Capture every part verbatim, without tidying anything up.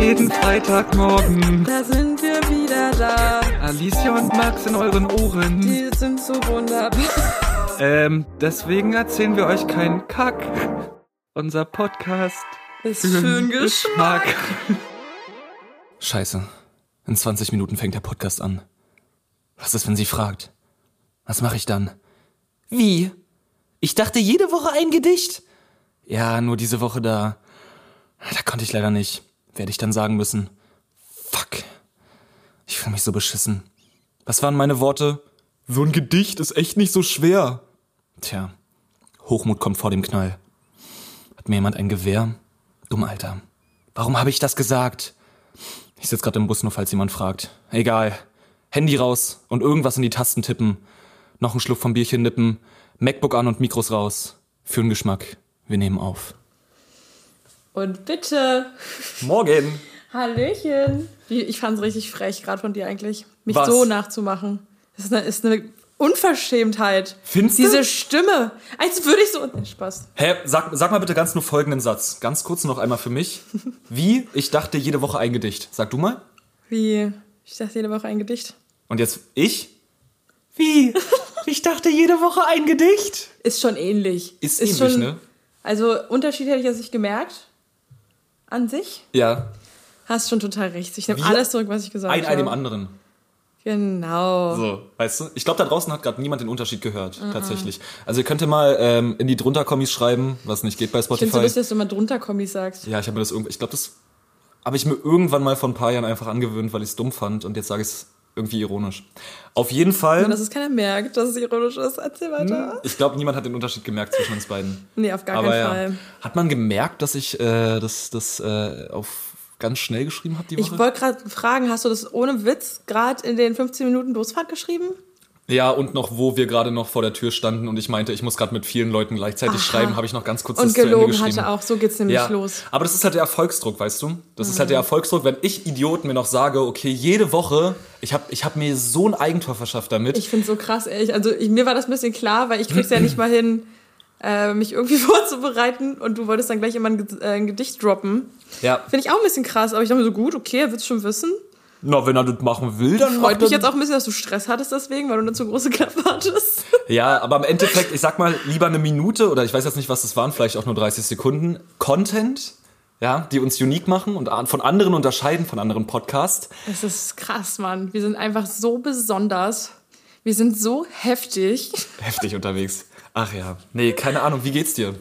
Jeden Freitagmorgen. Da sind wir wieder da. Alicia und Max in euren Ohren. Die sind so wunderbar. Ähm, deswegen erzählen wir euch keinen Kack. Unser Podcast ist für den Geschmack. Scheiße. In zwanzig Minuten fängt der Podcast an. Was ist, wenn sie fragt? Was mache ich dann? Wie? Ich dachte jede Woche ein Gedicht. Ja, nur diese Woche da. Da konnte ich leider nicht. Werde ich dann sagen müssen. Fuck. Ich fühle mich so beschissen. Was waren meine Worte? So ein Gedicht ist echt nicht so schwer. Tja, Hochmut kommt vor dem Knall. Hat mir jemand ein Gewehr? Dumm, Alter. Warum habe ich das gesagt? Ich sitze gerade im Bus, nur falls jemand fragt. Egal. Handy raus und irgendwas in die Tasten tippen. Noch einen Schluck vom Bierchen nippen. MacBook an und Mikros raus. Für den Geschmack. Wir nehmen auf. Und bitte. Morgen. Hallöchen. Ich fand's richtig frech, gerade von dir eigentlich, mich Was? so nachzumachen. Das ist eine, ist eine Unverschämtheit. Findest du? Diese Stimme. Als würde ich so... Nee, Spaß. Hä, sag, sag mal bitte ganz nur folgenden Satz. Ganz kurz noch einmal für mich. Wie? Ich dachte jede Woche ein Gedicht. Sag du mal. Wie? Ich dachte jede Woche ein Gedicht. Und jetzt ich? Wie? Ich dachte jede Woche ein Gedicht. Ist schon ähnlich. Ist, ist ähnlich, schon, ne? Also Unterschied hätte ich jetzt nicht gemerkt. An sich. Ja. Hast schon total recht. Ich nehme Wie? alles zurück, was ich gesagt Ein habe. Ei dem anderen. Genau. So, weißt du? Ich glaube, da draußen hat gerade niemand den Unterschied gehört, uh-uh. tatsächlich. Also ihr könnt ja mal ähm, in die drunter-Kommis schreiben, was nicht geht bei Spotify. Ich finde so lustig, dass du mal drunter Kommis sagst. Ja, ich habe mir das irgendwie, ich glaube, das habe ich mir irgendwann mal vor ein paar Jahren einfach angewöhnt, weil ich es dumm fand und jetzt sage ich es irgendwie ironisch. Auf jeden Fall... Nur, dass es keiner merkt, dass es ironisch ist. Erzähl weiter. Ich glaube, niemand hat den Unterschied gemerkt zwischen uns beiden. Nee, auf gar Aber keinen ja. Fall. Hat man gemerkt, dass ich äh, das, das äh, auf ganz schnell geschrieben habe die Woche? Ich wollte gerade fragen, hast du das ohne Witz gerade in den fünfzehn Minuten Busfahrt geschrieben? Ja, und noch, wo wir gerade noch vor der Tür standen und ich meinte, ich muss gerade mit vielen Leuten gleichzeitig Aha. schreiben, habe ich noch ganz kurz und das zu Ende geschrieben. Und gelogen hatte auch, so geht's nämlich ja. los. Aber das ist halt der Erfolgsdruck, weißt du? Das mhm. ist halt der Erfolgsdruck, wenn ich Idiot mir noch sage, okay, jede Woche, ich habe ich hab mir so ein Eigentor verschafft damit. Ich find's so krass, ehrlich. Also ich, mir war das ein bisschen klar, weil ich krieg's ja nicht mal hin, äh, mich irgendwie vorzubereiten und du wolltest dann gleich immer ein, äh, ein Gedicht droppen. Ja. Finde ich auch ein bisschen krass, aber ich dachte mir so, gut, okay, er wird's schon wissen. Na, wenn er das machen will, dann freut mich jetzt auch ein bisschen, dass du Stress hattest deswegen, weil du eine zu große Klappe hattest. Ja, aber im Endeffekt, ich sag mal, lieber eine Minute oder ich weiß jetzt nicht, was das waren, vielleicht auch nur dreißig Sekunden Content, ja, die uns unique machen und von anderen unterscheiden, von anderen Podcasts. Das ist krass, Mann. Wir sind einfach so besonders. Wir sind so heftig. Heftig unterwegs. Ach ja. Nee, keine Ahnung, wie geht's dir?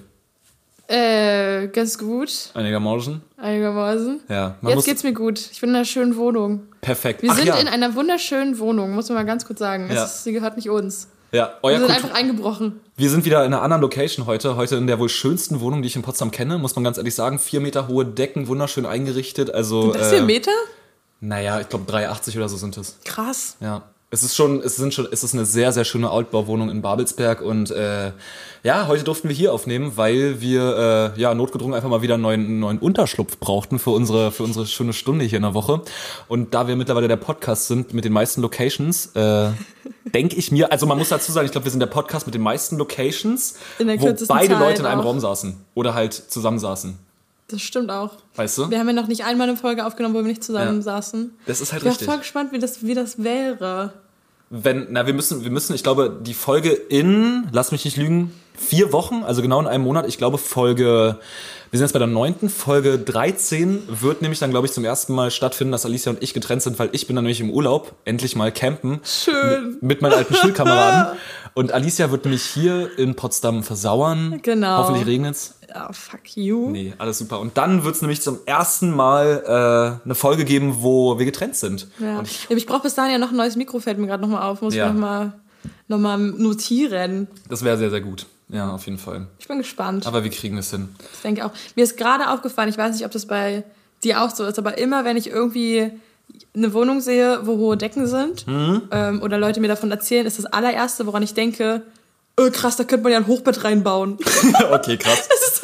Äh, ganz gut. Einigermaßen? Einigermaßen. Ja. Man Jetzt muss geht's mir gut. Ich bin in einer schönen Wohnung. Perfekt. Wir Ach, sind ja. in einer wunderschönen Wohnung, muss man mal ganz kurz sagen. Ja. Es ist, sie gehört nicht uns. Ja, euer Wir sind Kultur- einfach eingebrochen. Wir sind wieder in einer anderen Location heute. Heute in der wohl schönsten Wohnung, die ich in Potsdam kenne, muss man ganz ehrlich sagen. Vier Meter hohe Decken, wunderschön eingerichtet. Also, Sind das äh, vier Meter? Naja, ich glaube drei achtzig oder so sind es. Krass. Ja. Es ist schon, es sind schon, es ist eine sehr, sehr schöne Altbauwohnung in Babelsberg und äh, ja, heute durften wir hier aufnehmen, weil wir äh, ja notgedrungen einfach mal wieder einen neuen, einen neuen Unterschlupf brauchten für unsere, für unsere schöne Stunde hier in der Woche. Und da wir mittlerweile der Podcast sind mit den meisten Locations, äh, denke ich mir, also man muss dazu sagen, ich glaube, wir sind der Podcast mit den meisten Locations, in der wo beide Zeit Leute in einem auch. Raum saßen oder halt zusammen saßen. Das stimmt auch. Weißt du? Wir haben ja noch nicht einmal eine Folge aufgenommen, wo wir nicht zusammen Ja. saßen. Das ist halt ich bin richtig. voll gespannt, wie das, wie das wäre. Wenn, na, wir müssen, wir müssen, ich glaube, die Folge in, lass mich nicht lügen, vier Wochen, also genau in einem Monat, ich glaube Folge, wir sind jetzt bei der neunten, Folge dreizehn wird nämlich dann, glaube ich, zum ersten Mal stattfinden, dass Alicia und ich getrennt sind, weil ich bin dann nämlich im Urlaub, endlich mal campen. Schön. Mit, mit meinen alten Schulkameraden. Und Alicia wird mich hier in Potsdam versauern. Genau. Hoffentlich regnet's. Oh, fuck you. Nee, alles super. Und dann wird's nämlich zum ersten Mal äh, eine Folge geben, wo wir getrennt sind. Ja. Und ich, ich ich brauche bis dahin ja noch ein neues Mikro, fällt mir gerade nochmal auf. Muss Ja. ich nochmal noch mal notieren. das wäre sehr, sehr gut. Ja, auf jeden Fall. Ich bin gespannt. Aber wir kriegen es hin. Ich denke auch. Mir ist gerade aufgefallen, ich weiß nicht, ob das bei dir auch so ist, aber immer, wenn ich irgendwie eine Wohnung sehe, wo hohe Decken sind Mhm. ähm, oder Leute mir davon erzählen, ist das allererste, woran ich denke, oh, krass, da könnte man ja ein Hochbett reinbauen. Okay, krass. Das ist so das,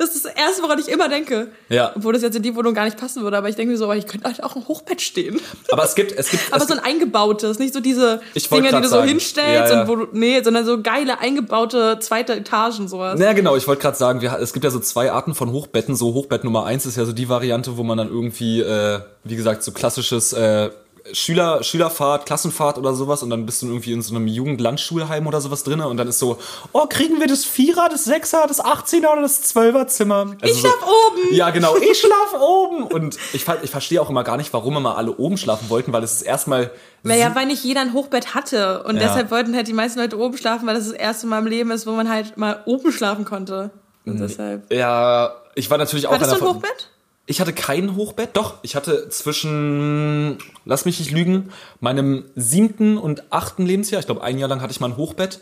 Das ist das Erste, woran ich immer denke. Ja. Obwohl das jetzt in die Wohnung gar nicht passen würde, aber ich denke mir so, aber ich könnte halt auch ein Hochbett stehen. Aber es gibt, es gibt. Aber es so ein eingebautes, nicht so diese Ich wollt Dinge, die grad du so sagen. hinstellst Ja, ja. und wo du, nee, sondern so geile eingebaute zweite Etagen sowas. Ja, genau, ich wollte gerade sagen, wir, es gibt ja so zwei Arten von Hochbetten. So Hochbett Nummer eins ist ja so die Variante, wo man dann irgendwie, äh, wie gesagt, so klassisches äh, Schüler, Schülerfahrt, Klassenfahrt oder sowas und dann bist du irgendwie in so einem Jugendlandschulheim oder sowas drin und dann ist so, oh, kriegen wir das Vierer, das Sechser, das Achtzehner oder das Zwölfer Zimmer? Also ich schlaf so, oben! Ja, genau, ich schlaf oben! Und ich, ich verstehe auch immer gar nicht, warum immer alle oben schlafen wollten, weil es ist erstmal... Naja, weil nicht jeder ein Hochbett hatte und Ja. deshalb wollten halt die meisten Leute oben schlafen, weil das das erste Mal im Leben ist, wo man halt mal oben schlafen konnte. Und deshalb. Ja, ich war natürlich auch Hattest du einer ein von- Hochbett? Ich hatte kein Hochbett, doch, ich hatte zwischen, lass mich nicht lügen, meinem siebten und achten Lebensjahr, ich glaube ein Jahr lang hatte ich mal ein Hochbett.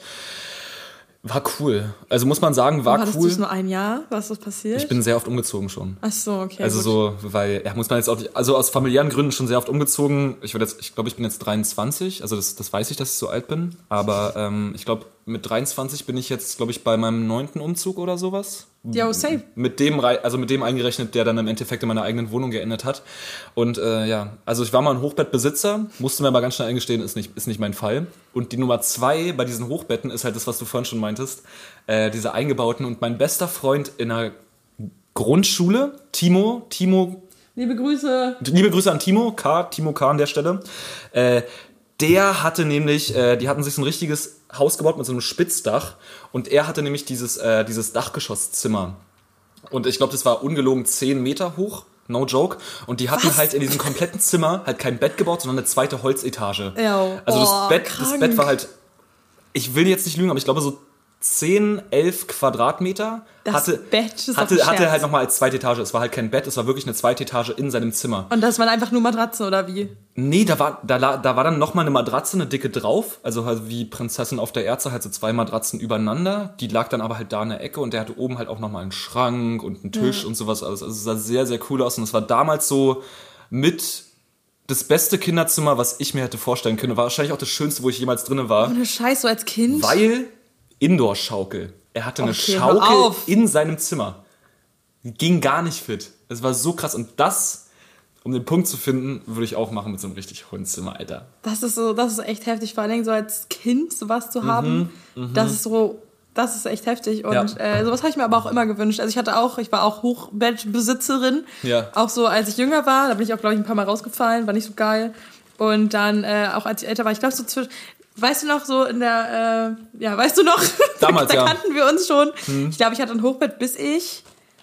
War cool. Also muss man sagen, war Hattest cool. du es nur ein Jahr? Was ist passiert? Ich bin sehr oft umgezogen schon. Ach so, okay. Also gut. so, weil, ja, muss man jetzt auch nicht, also aus familiären Gründen schon sehr oft umgezogen. Ich werde jetzt, ich glaube, ich bin jetzt dreiundzwanzig, also das, das weiß ich, dass ich so alt bin. Aber ähm, ich glaube, mit dreiundzwanzig bin ich jetzt, glaube ich, bei meinem neunten Umzug oder sowas. Ja, safe. Mit dem, rei- also mit dem eingerechnet, der dann im Endeffekt in meiner eigenen Wohnung geendet hat. Und äh, ja, also ich war mal ein Hochbettbesitzer, musste mir aber ganz schnell eingestehen, ist nicht, ist nicht mein Fall. Und die Nummer zwei bei diesen Hochbetten ist halt das, was du vorhin schon meintest, äh, diese eingebauten. Und mein bester Freund in der Grundschule, Timo, Timo, Liebe Grüße. liebe Grüße an Timo, K, Timo K an der Stelle, äh, der hatte nämlich, äh, die hatten sich so ein richtiges Haus gebaut mit so einem Spitzdach und er hatte nämlich dieses, äh, dieses Dachgeschosszimmer. Und ich glaube, das war ungelogen zehn Meter hoch, no joke. Und die hatten Was? halt in diesem kompletten Zimmer halt kein Bett gebaut, sondern eine zweite Holzetage. Ja, Also das oh, Bett, das krank. Bett war halt, ich will jetzt nicht lügen, aber ich glaube so zehn, elf Quadratmeter. Das hatte, Bett ist doch ein hatte, hatte Scherz. halt nochmal als zweite Etage. Es war halt kein Bett, es war wirklich eine zweite Etage in seinem Zimmer. Und das waren einfach nur Matratzen, oder wie? Nee, da war, da, la- da war dann nochmal eine Matratze, eine dicke drauf. Also halt wie Prinzessin auf der Erze, halt so zwei Matratzen übereinander. Die lag dann aber halt da in der Ecke und der hatte oben halt auch nochmal einen Schrank und einen Tisch und sowas. Also es sah sehr, sehr cool aus. Und es war damals so mit das beste Kinderzimmer, was ich mir hätte vorstellen können. War wahrscheinlich auch das Schönste, wo ich jemals drinne war. Ohne Scheiß, so als Kind? Weil Indoor-Schaukel. Er hatte eine Okay, hör Schaukel auf. in seinem Zimmer. Die ging gar nicht fit. Es war so krass. Und das, um den Punkt zu finden, würde ich auch machen mit so einem richtig hohen Zimmer, Alter. Das ist so, das ist echt heftig, vor allen Dingen so als Kind sowas zu haben. Das ist so, das ist echt heftig. Und Ja. äh, sowas habe ich mir aber auch immer gewünscht. Also ich hatte auch, ich war auch Hochbettbesitzerin. Ja. Auch so, als ich jünger war, da bin ich auch, glaube ich, ein paar Mal rausgefallen, war nicht so geil. Und dann äh, auch als ich älter war, ich glaube so zwischen, weißt du noch, so in der, äh, ja, weißt du noch? Damals, da ja. kannten wir uns schon. Ich glaube, ich hatte ein Hochbett, bis ich,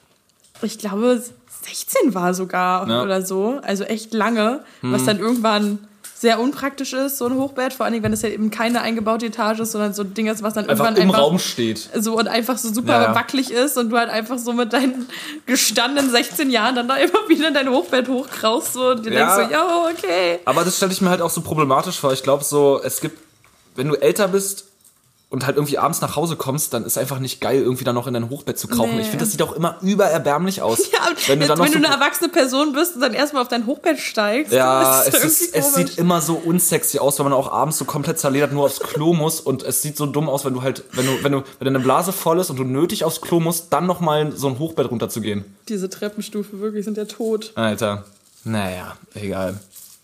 ich glaube, sechzehn war sogar Ja. oder so. Also echt lange, was dann irgendwann sehr unpraktisch ist, so ein Hochbett. Vor allen Dingen, wenn es ja eben keine eingebaute Etage ist, sondern so ein Ding ist, was dann Einfach irgendwann im einfach Raum steht. so und einfach so super Ja, ja. wackelig ist und du halt einfach so mit deinen gestandenen sechzehn Jahren dann da immer wieder in dein Hochbett hochkraust so, und dir Ja. denkst so, ja, okay. Aber das stelle ich mir halt auch so problematisch vor. Ich glaube so, es gibt, wenn du älter bist und halt irgendwie abends nach Hause kommst, dann ist einfach nicht geil, irgendwie dann noch in dein Hochbett zu krauchen. Nee. Ich finde, das sieht auch immer übererbärmlich aus. Ja, wenn du dann noch wenn so, du eine erwachsene Person bist und dann erstmal auf dein Hochbett steigst, ja, das es, ist, irgendwie es komisch. sieht immer so unsexy aus, wenn man auch abends so komplett zerledert nur aufs Klo muss und es sieht so dumm aus, wenn du halt, wenn du, wenn du, wenn deine Blase voll ist und du nötig aufs Klo musst, dann nochmal so ein Hochbett runterzugehen. Diese Treppenstufe wirklich sind ja tot. Alter. Naja, egal.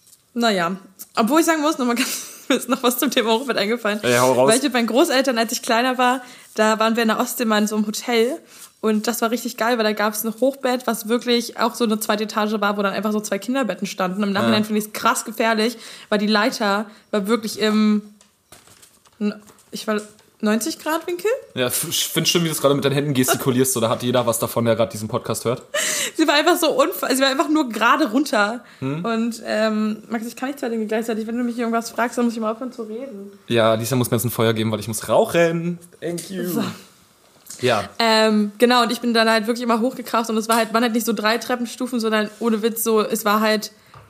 Naja, obwohl ich sagen muss, noch mal ganz, mir ist noch was zum Thema Hochbett eingefallen. Ja, hau raus. Weil ich mit meinen Großeltern, als ich kleiner war, da waren wir in der Ostsee mal in so einem Hotel und das war richtig geil, weil da gab es ein Hochbett, was wirklich auch so eine zweite Etage war, wo dann einfach so zwei Kinderbetten standen. Im Nachhinein Ja. finde ich es krass gefährlich, weil die Leiter war wirklich im, ich war neunzig Grad Winkel. Ja, ich finde schön, wie du es gerade mit deinen Händen gestikulierst, so da hat jeder was davon, der gerade diesen Podcast hört. Sie war einfach so unfall, sie war einfach nur gerade runter. Hm? Und ähm, Max, ich kann nicht zwei Dinge gleichzeitig. Wenn du mich irgendwas fragst, dann muss ich mal aufhören zu reden. Ja, Lisa muss mir jetzt ein Feuer geben, weil ich muss rauchen. Thank you. So. Ja. Ähm, genau, und ich bin dann halt wirklich immer hochgekraft und es war halt, waren halt nicht so drei Treppenstufen, sondern ohne Witz so, es war halt,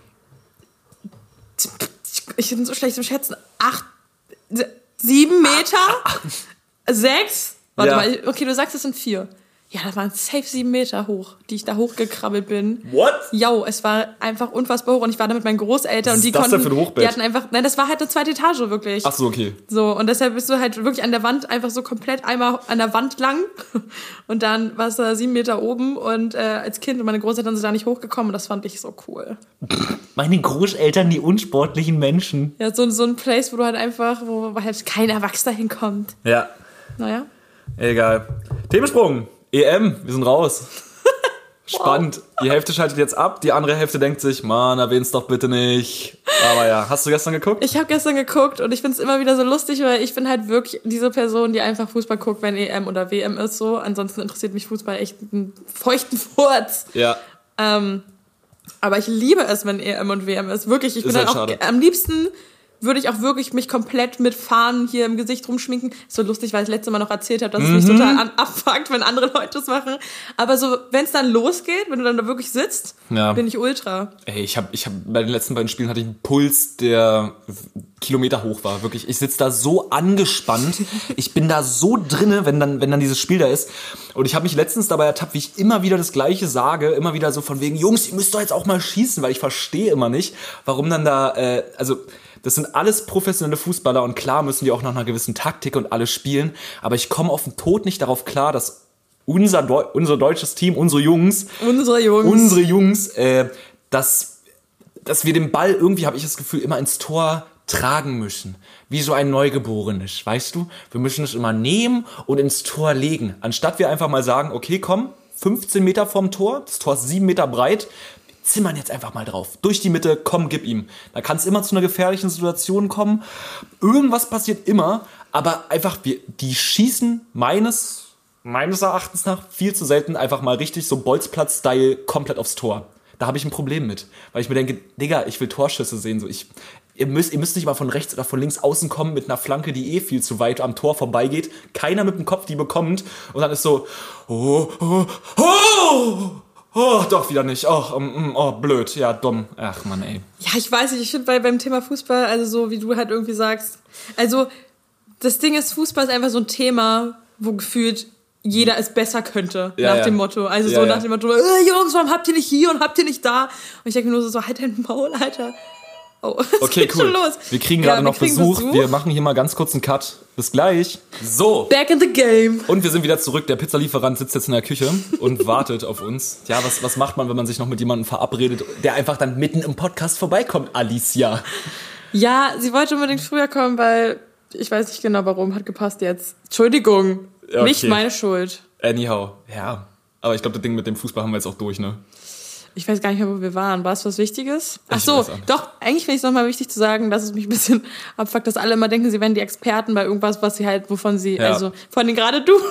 ich bin so schlecht im Schätzen, acht, se- sieben Meter, sechs, warte Ja. mal, okay, du sagst, es sind vier. Ja, das waren safe sieben Meter hoch, die ich da hochgekrabbelt bin. What? Jo, es war einfach unfassbar hoch und ich war da mit meinen Großeltern Was und die ist das konnten, denn für ein Hochbett? die hatten einfach, nein, das war halt eine zweite Etage wirklich. Ach so, okay. So, und deshalb bist du halt wirklich an der Wand einfach so komplett einmal an der Wand lang und dann warst du da sieben Meter oben und äh, als Kind und meine Großeltern sind da nicht hochgekommen und das fand ich so cool. Meine Großeltern, die unsportlichen Menschen. Ja, so, so ein Place, wo du halt einfach, wo halt kein Erwachsener hinkommt. Ja. Naja. Egal. Themensprung. E M, wir sind raus. Spannend. Wow. Die Hälfte schaltet jetzt ab, die andere Hälfte denkt sich, Mann, erwähn's doch bitte nicht. Aber ja, hast du gestern geguckt? Ich habe gestern geguckt und ich find's immer wieder so lustig, weil ich bin halt wirklich diese Person, die einfach Fußball guckt, wenn E M oder W M ist so. Ansonsten interessiert mich Fußball echt einen feuchten Furz. Ja. Ähm, aber ich liebe es, wenn E M und W M ist. Wirklich, ich bin ist dann halt auch schade. am liebsten würde ich auch wirklich mich komplett mit Fahnen hier im Gesicht rumschminken. Ist so lustig, weil ich das letzte Mal noch erzählt habe, dass es mich total an, abfuckt, wenn andere Leute das machen. Aber so, wenn es dann losgeht, wenn du dann da wirklich sitzt, Ja. bin ich ultra. Ey, ich habe ich hab, bei den letzten beiden Spielen hatte ich einen Puls, der Kilometer hoch war. Wirklich, ich sitze da so angespannt. Ich bin da so drinne, wenn dann, wenn dann dieses Spiel da ist. Und ich habe mich letztens dabei ertappt, wie ich immer wieder das Gleiche sage. Immer wieder so von wegen, Jungs, ihr müsst doch jetzt auch mal schießen, weil ich verstehe immer nicht, warum dann da, äh, also... Das sind alles professionelle Fußballer und klar müssen die auch nach einer gewissen Taktik und alles spielen. Aber ich komme auf den Tod nicht darauf klar, dass unser, Deu- unser deutsches Team, unsere Jungs, Unsere Jungs, unsere Jungs, äh, dass, dass wir den Ball irgendwie, habe ich das Gefühl, immer ins Tor tragen müssen. Wie so ein Neugeborenes, weißt du? Wir müssen es immer nehmen und ins Tor legen. Anstatt wir einfach mal sagen, okay, komm, fünfzehn Meter vorm Tor, das Tor ist sieben Meter breit, zimmern jetzt einfach mal drauf. Durch die Mitte, komm, gib ihm. Da kann es immer zu einer gefährlichen Situation kommen. Irgendwas passiert immer, aber einfach, wir, die schießen meines, meines Erachtens nach viel zu selten einfach mal richtig so Bolzplatz-Style komplett aufs Tor. Da habe ich ein Problem mit. Weil ich mir denke, Digga, ich will Torschüsse sehen. So, ich, ihr, müsst, ihr müsst nicht mal von rechts oder von links außen kommen mit einer Flanke, die eh viel zu weit am Tor vorbeigeht. Keiner mit dem Kopf die bekommt. Und dann ist so, oh, oh, oh! Oh, doch, wieder nicht. Oh, um, oh, blöd. Ja, dumm. Ach, Mann, ey. Ja, ich weiß nicht, ich finde bei, beim Thema Fußball, also so wie du halt irgendwie sagst, also das Ding ist, Fußball ist einfach so ein Thema, wo gefühlt jeder es besser könnte, ja, nach ja. dem Motto. Also ja, so ja. nach dem Motto, äh, Jungs, warum habt ihr nicht hier und habt ihr nicht da? Und ich denke mir nur so, so halt dein Maul, Alter. Oh, es Okay, geht cool. schon los. Wir kriegen Ja, gerade wir noch kriegen Besuch. Besuch. Wir machen hier mal ganz kurz einen Cut. Bis gleich. So. Back in the game. Und wir sind wieder zurück. Der Pizzalieferant sitzt jetzt in der Küche und wartet auf uns. Ja, was, was macht man, wenn man sich noch mit jemandem verabredet, der einfach dann mitten im Podcast vorbeikommt, Alicia? Ja, sie wollte unbedingt früher kommen, weil ich weiß nicht genau warum, hat gepasst jetzt. Entschuldigung, Okay. nicht meine Schuld. Anyhow. Ja. Aber ich glaube, das Ding mit dem Fußball haben wir jetzt auch durch, ne? Ich weiß gar nicht mehr, wo wir waren. War es was Wichtiges? Ach Ich so, weiß auch nicht. doch, eigentlich finde ich es nochmal wichtig zu sagen, dass es mich ein bisschen abfuckt, dass alle immer denken, sie wären die Experten bei irgendwas, was sie halt, wovon sie, Ja. also, vor allem gerade du.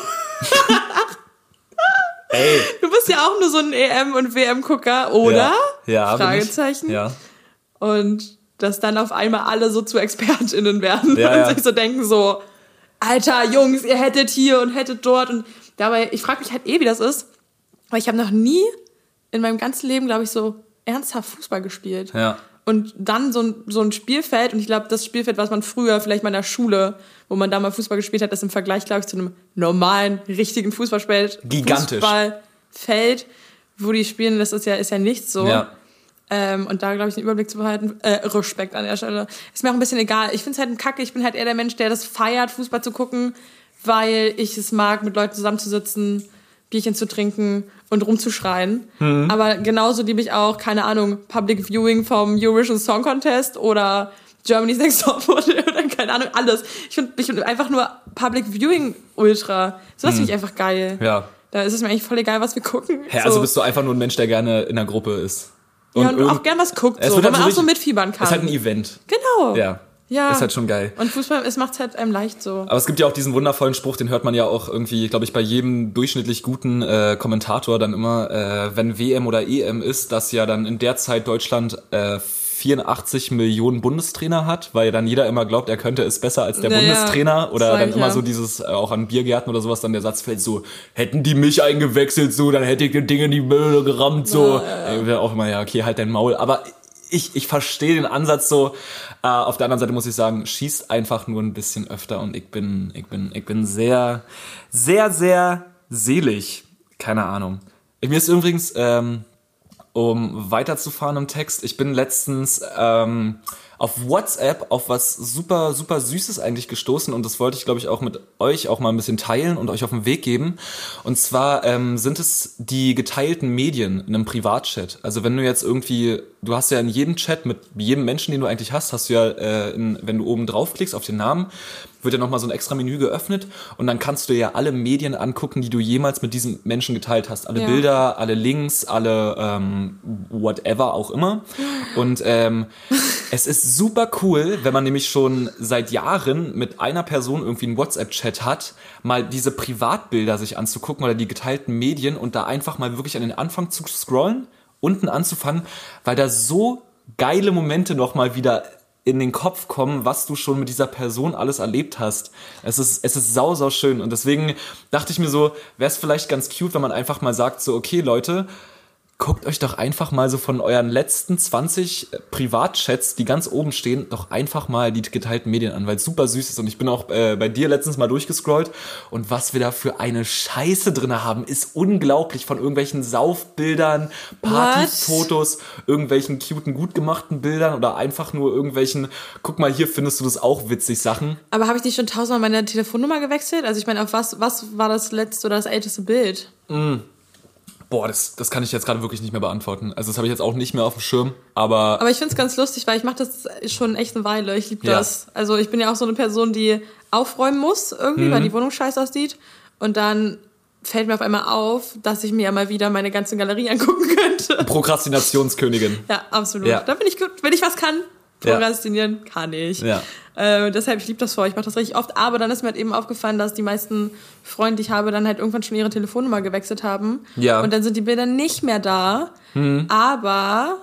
Ey. Du bist ja auch nur so ein E M- und W M-Gucker, oder? Ja, ja Fragezeichen. bin ich. Ja. Und dass dann auf einmal alle so zu ExpertInnen werden Ja, und ja. sich so denken so, Alter, Jungs, ihr hättet hier und hättet dort. Und dabei, ich frage mich halt eh, wie das ist, weil ich habe noch nie in meinem ganzen Leben, glaube ich, so ernsthaft Fußball gespielt. Ja. Und dann so ein, so ein Spielfeld, und ich glaube, das Spielfeld, was man früher vielleicht mal in der Schule, wo man da mal Fußball gespielt hat, ist im Vergleich, glaube ich, zu einem normalen, richtigen Fußballfeld. Gigantisch. Fußballfeld, wo die spielen, das ist ja, ist ja nichts so. Ja. Ähm, und da, glaube ich, den Überblick zu behalten, äh, Respekt an der Stelle. Ist mir auch ein bisschen egal. Ich finde es halt ein Kacke. Ich bin halt eher der Mensch, der das feiert, Fußball zu gucken, weil ich es mag, mit Leuten zusammenzusitzen, Bierchen zu trinken und rumzuschreien. Mhm. Aber genauso liebe ich auch, keine Ahnung, Public Viewing vom Eurovision Song Contest oder Germany's Next Topmodel oder keine Ahnung, alles. Ich finde ich find einfach nur Public Viewing ultra. Sowas finde ich einfach geil. Ja. Da ist es mir eigentlich voll egal, was wir gucken. Hä, so. also bist du einfach nur ein Mensch, der gerne in der Gruppe ist. Ja, und irgend- auch gern was guckt, Es so, wird weil halt man so auch so richtig- mitfiebern kann. Ist halt ein Event. Genau. Ja. Ja. Ist halt schon geil. Und Fußball, es macht halt einem leicht so. Aber es gibt ja auch diesen wundervollen Spruch, den hört man ja auch irgendwie, glaube ich, bei jedem durchschnittlich guten äh, Kommentator dann immer, äh, wenn W M oder E M ist, dass ja dann in der Zeit Deutschland äh, vierundachtzig Millionen Bundestrainer hat, weil dann jeder immer glaubt, er könnte es besser als der Naja, Bundestrainer. Oder sag dann ich immer ja. so dieses, äh, auch an Biergärten oder sowas, dann der Satz fällt so, hätten die mich eingewechselt, so, dann hätte ich die Dinge in die Mülle gerammt, so. Ja, Äh, Wäre auch immer, ja, okay, halt dein Maul. Aber ich, ich verstehe den Ansatz so. Äh, auf der anderen Seite muss ich sagen, schießt einfach nur ein bisschen öfter und ich bin, ich bin, ich bin sehr, sehr, sehr selig. keine Ahnung. Mir ist übrigens, ähm, um weiterzufahren im Text, ich bin letztens ähm, auf WhatsApp auf was super, super Süßes eigentlich gestoßen und das wollte ich, glaube ich, auch mit euch auch mal ein bisschen teilen und euch auf den Weg geben. Und zwar ähm, sind es die geteilten Medien in einem Privatchat. Also wenn du jetzt irgendwie, du hast ja in jedem Chat mit jedem Menschen, den du eigentlich hast, hast du ja, äh, in, wenn du oben drauf klickst auf den Namen, wird ja nochmal so ein extra Menü geöffnet und dann kannst du ja alle Medien angucken, die du jemals mit diesem Menschen geteilt hast. Alle ja. Bilder, alle Links, alle ähm, whatever auch immer. Und ähm, es ist super cool, wenn man nämlich schon seit Jahren mit einer Person irgendwie einen WhatsApp-Chat hat, mal diese Privatbilder sich anzugucken oder die geteilten Medien und da einfach mal wirklich an den Anfang zu scrollen, unten anzufangen, weil da so geile Momente nochmal wieder in den Kopf kommen, was du schon mit dieser Person alles erlebt hast. Es ist, es ist sau, sau schön. Und deswegen dachte ich mir so, wäre es vielleicht ganz cute, wenn man einfach mal sagt, so, okay, Leute, guckt euch doch einfach mal so von euren letzten zwanzig Privatchats, die ganz oben stehen, doch einfach mal die geteilten Medien an, weil es super süß ist. Und ich bin auch äh, bei dir letztens mal durchgescrollt und was wir da für eine Scheiße drin haben, ist unglaublich. Von irgendwelchen Saufbildern, Partyfotos, irgendwelchen cuten, gut gemachten Bildern oder einfach nur irgendwelchen, guck mal, hier findest du das auch witzig, Sachen. Aber habe ich nicht schon tausendmal meine Telefonnummer gewechselt? Also ich meine, auf was, was war das letzte oder das älteste Bild? Mm. Boah, das, das kann ich jetzt gerade wirklich nicht mehr beantworten. Also das habe ich jetzt auch nicht mehr auf dem Schirm, aber... Aber ich finde es ganz lustig, weil ich mache das schon echt eine Weile. Ich liebe das. Ja. Also ich bin ja auch so eine Person, die aufräumen muss irgendwie, mhm. weil die Wohnung scheiße aussieht. Und dann fällt mir auf einmal auf, dass ich mir ja mal wieder meine ganze Galerie angucken könnte. Prokrastinationskönigin. Ja, absolut. Ja. Da bin ich gut. Wenn ich was kann, prokrastinieren ja. kann ich. Ja. Äh, deshalb, ich liebe das vor, ich mache das richtig oft. Aber dann ist mir halt eben aufgefallen, dass die meisten Freunde, die ich habe, dann halt irgendwann schon ihre Telefonnummer gewechselt haben. Ja. Und dann sind die Bilder nicht mehr da. Mhm. Aber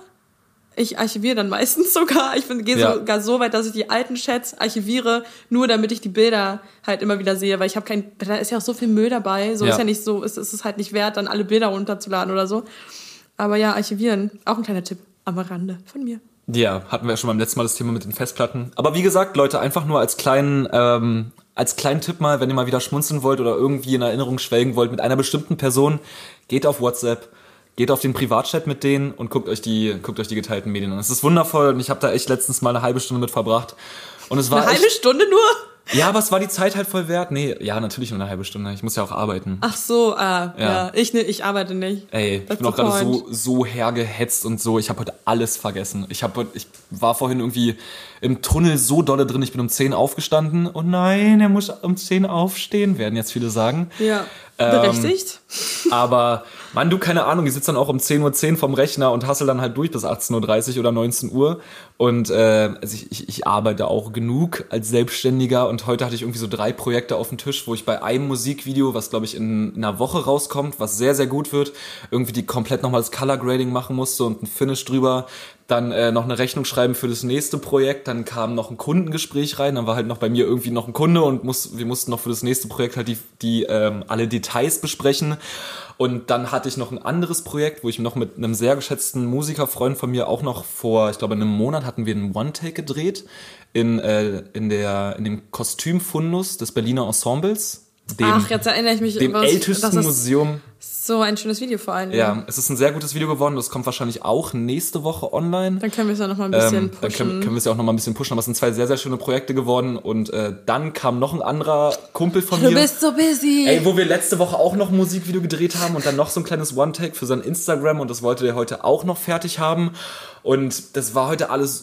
ich archiviere dann meistens sogar. Ich gehe ja. sogar so weit, dass ich die alten Chats archiviere, nur damit ich die Bilder halt immer wieder sehe. Weil ich habe kein, da ist ja auch so viel Müll dabei. So ja. ist ja nicht so, ist, ist es halt nicht wert, dann alle Bilder runterzuladen oder so. Aber ja, archivieren, auch ein kleiner Tipp am Rande von mir. Ja, hatten wir ja schon beim letzten Mal das Thema mit den Festplatten. Aber wie gesagt, Leute, einfach nur als kleinen, ähm, als kleinen Tipp mal, wenn ihr mal wieder schmunzeln wollt oder irgendwie in Erinnerung schwelgen wollt mit einer bestimmten Person, geht auf WhatsApp, geht auf den Privatchat mit denen und guckt euch die, guckt euch die geteilten Medien an. Es ist wundervoll und ich habe da echt letztens mal eine halbe Stunde mit verbracht. Und es war eine echt, halbe Stunde nur? Ja, aber es war die Zeit halt voll wert. Nee, ja, natürlich nur eine halbe Stunde. Ich muss ja auch arbeiten. Ach so, ah, ja. ja. Ich, ne, ich arbeite nicht. Ey, That's ich bin auch gerade so, so hergehetzt und so. Ich habe heute alles vergessen. Ich, hab, ich war vorhin irgendwie im Tunnel so dolle drin. Ich bin um zehn aufgestanden. Oh nein, er muss um zehn aufstehen, werden jetzt viele sagen. Ja, berechtigt. Ähm, aber, Mann, du, keine Ahnung, ich sitze dann auch um zehn Uhr zehn vom Rechner und hassel dann halt durch bis achtzehn Uhr dreißig oder neunzehn Uhr. Und äh, also ich, ich, ich arbeite auch genug als Selbstständiger. Und heute hatte ich irgendwie so drei Projekte auf dem Tisch, wo ich bei einem Musikvideo, was glaube ich in einer Woche rauskommt, was sehr, sehr gut wird, irgendwie die komplett nochmal das Color Grading machen musste und ein Finish drüber. Dann äh, noch eine Rechnung schreiben für das nächste Projekt. Dann kam noch ein Kundengespräch rein. Dann war halt noch bei mir irgendwie noch ein Kunde und muss, wir mussten noch für das nächste Projekt halt die, die ähm, alle Details besprechen. Und dann hatte ich noch ein anderes Projekt, wo ich noch mit einem sehr geschätzten Musikerfreund von mir auch noch vor, ich glaube, einem Monat hatten wir einen One-Take gedreht in, äh, in, der, in dem Kostümfundus des Berliner Ensembles. Dem, Ach, jetzt erinnere ich mich. Dem was, ältesten Museum. So ein schönes Video vor allem. Ja, es ist ein sehr gutes Video geworden. Das kommt wahrscheinlich auch nächste Woche online. Dann können wir es ja noch mal ein bisschen ähm, pushen. Dann können, können wir es ja auch noch mal ein bisschen pushen. Aber es sind zwei sehr, sehr schöne Projekte geworden. Und äh, dann kam noch ein anderer Kumpel von mir. Du bist so busy. Ey, wo wir letzte Woche auch noch ein Musikvideo gedreht haben und dann noch so ein kleines One-Take für sein Instagram. Und das wollte der heute auch noch fertig haben. Und das war heute alles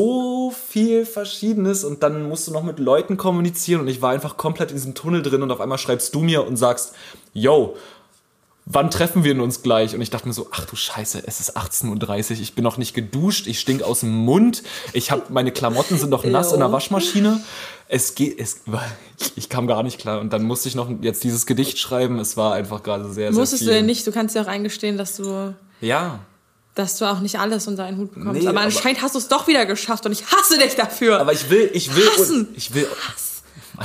so viel Verschiedenes. Und dann musst du noch mit Leuten kommunizieren. Und ich war einfach komplett in diesem Tunnel drin. Und auf einmal schreibst du mir und sagst, yo, wann treffen wir uns gleich? Und ich dachte mir so, ach du Scheiße, es ist achtzehn Uhr dreißig, ich bin noch nicht geduscht, ich stink aus dem Mund, ich hab, meine Klamotten sind noch nass in der Waschmaschine. Es geht, es, ich kam gar nicht klar. Und dann musste ich noch jetzt dieses Gedicht schreiben. Es war einfach gerade sehr, sehr viel. Musstest du ja nicht, du kannst ja auch eingestehen, dass du... Ja. Dass du auch nicht alles unter einen Hut bekommst. Nee, aber anscheinend aber, hast du es doch wieder geschafft und ich hasse dich dafür. Aber ich will, ich will... Hassen. Ich will... Hass. Mann.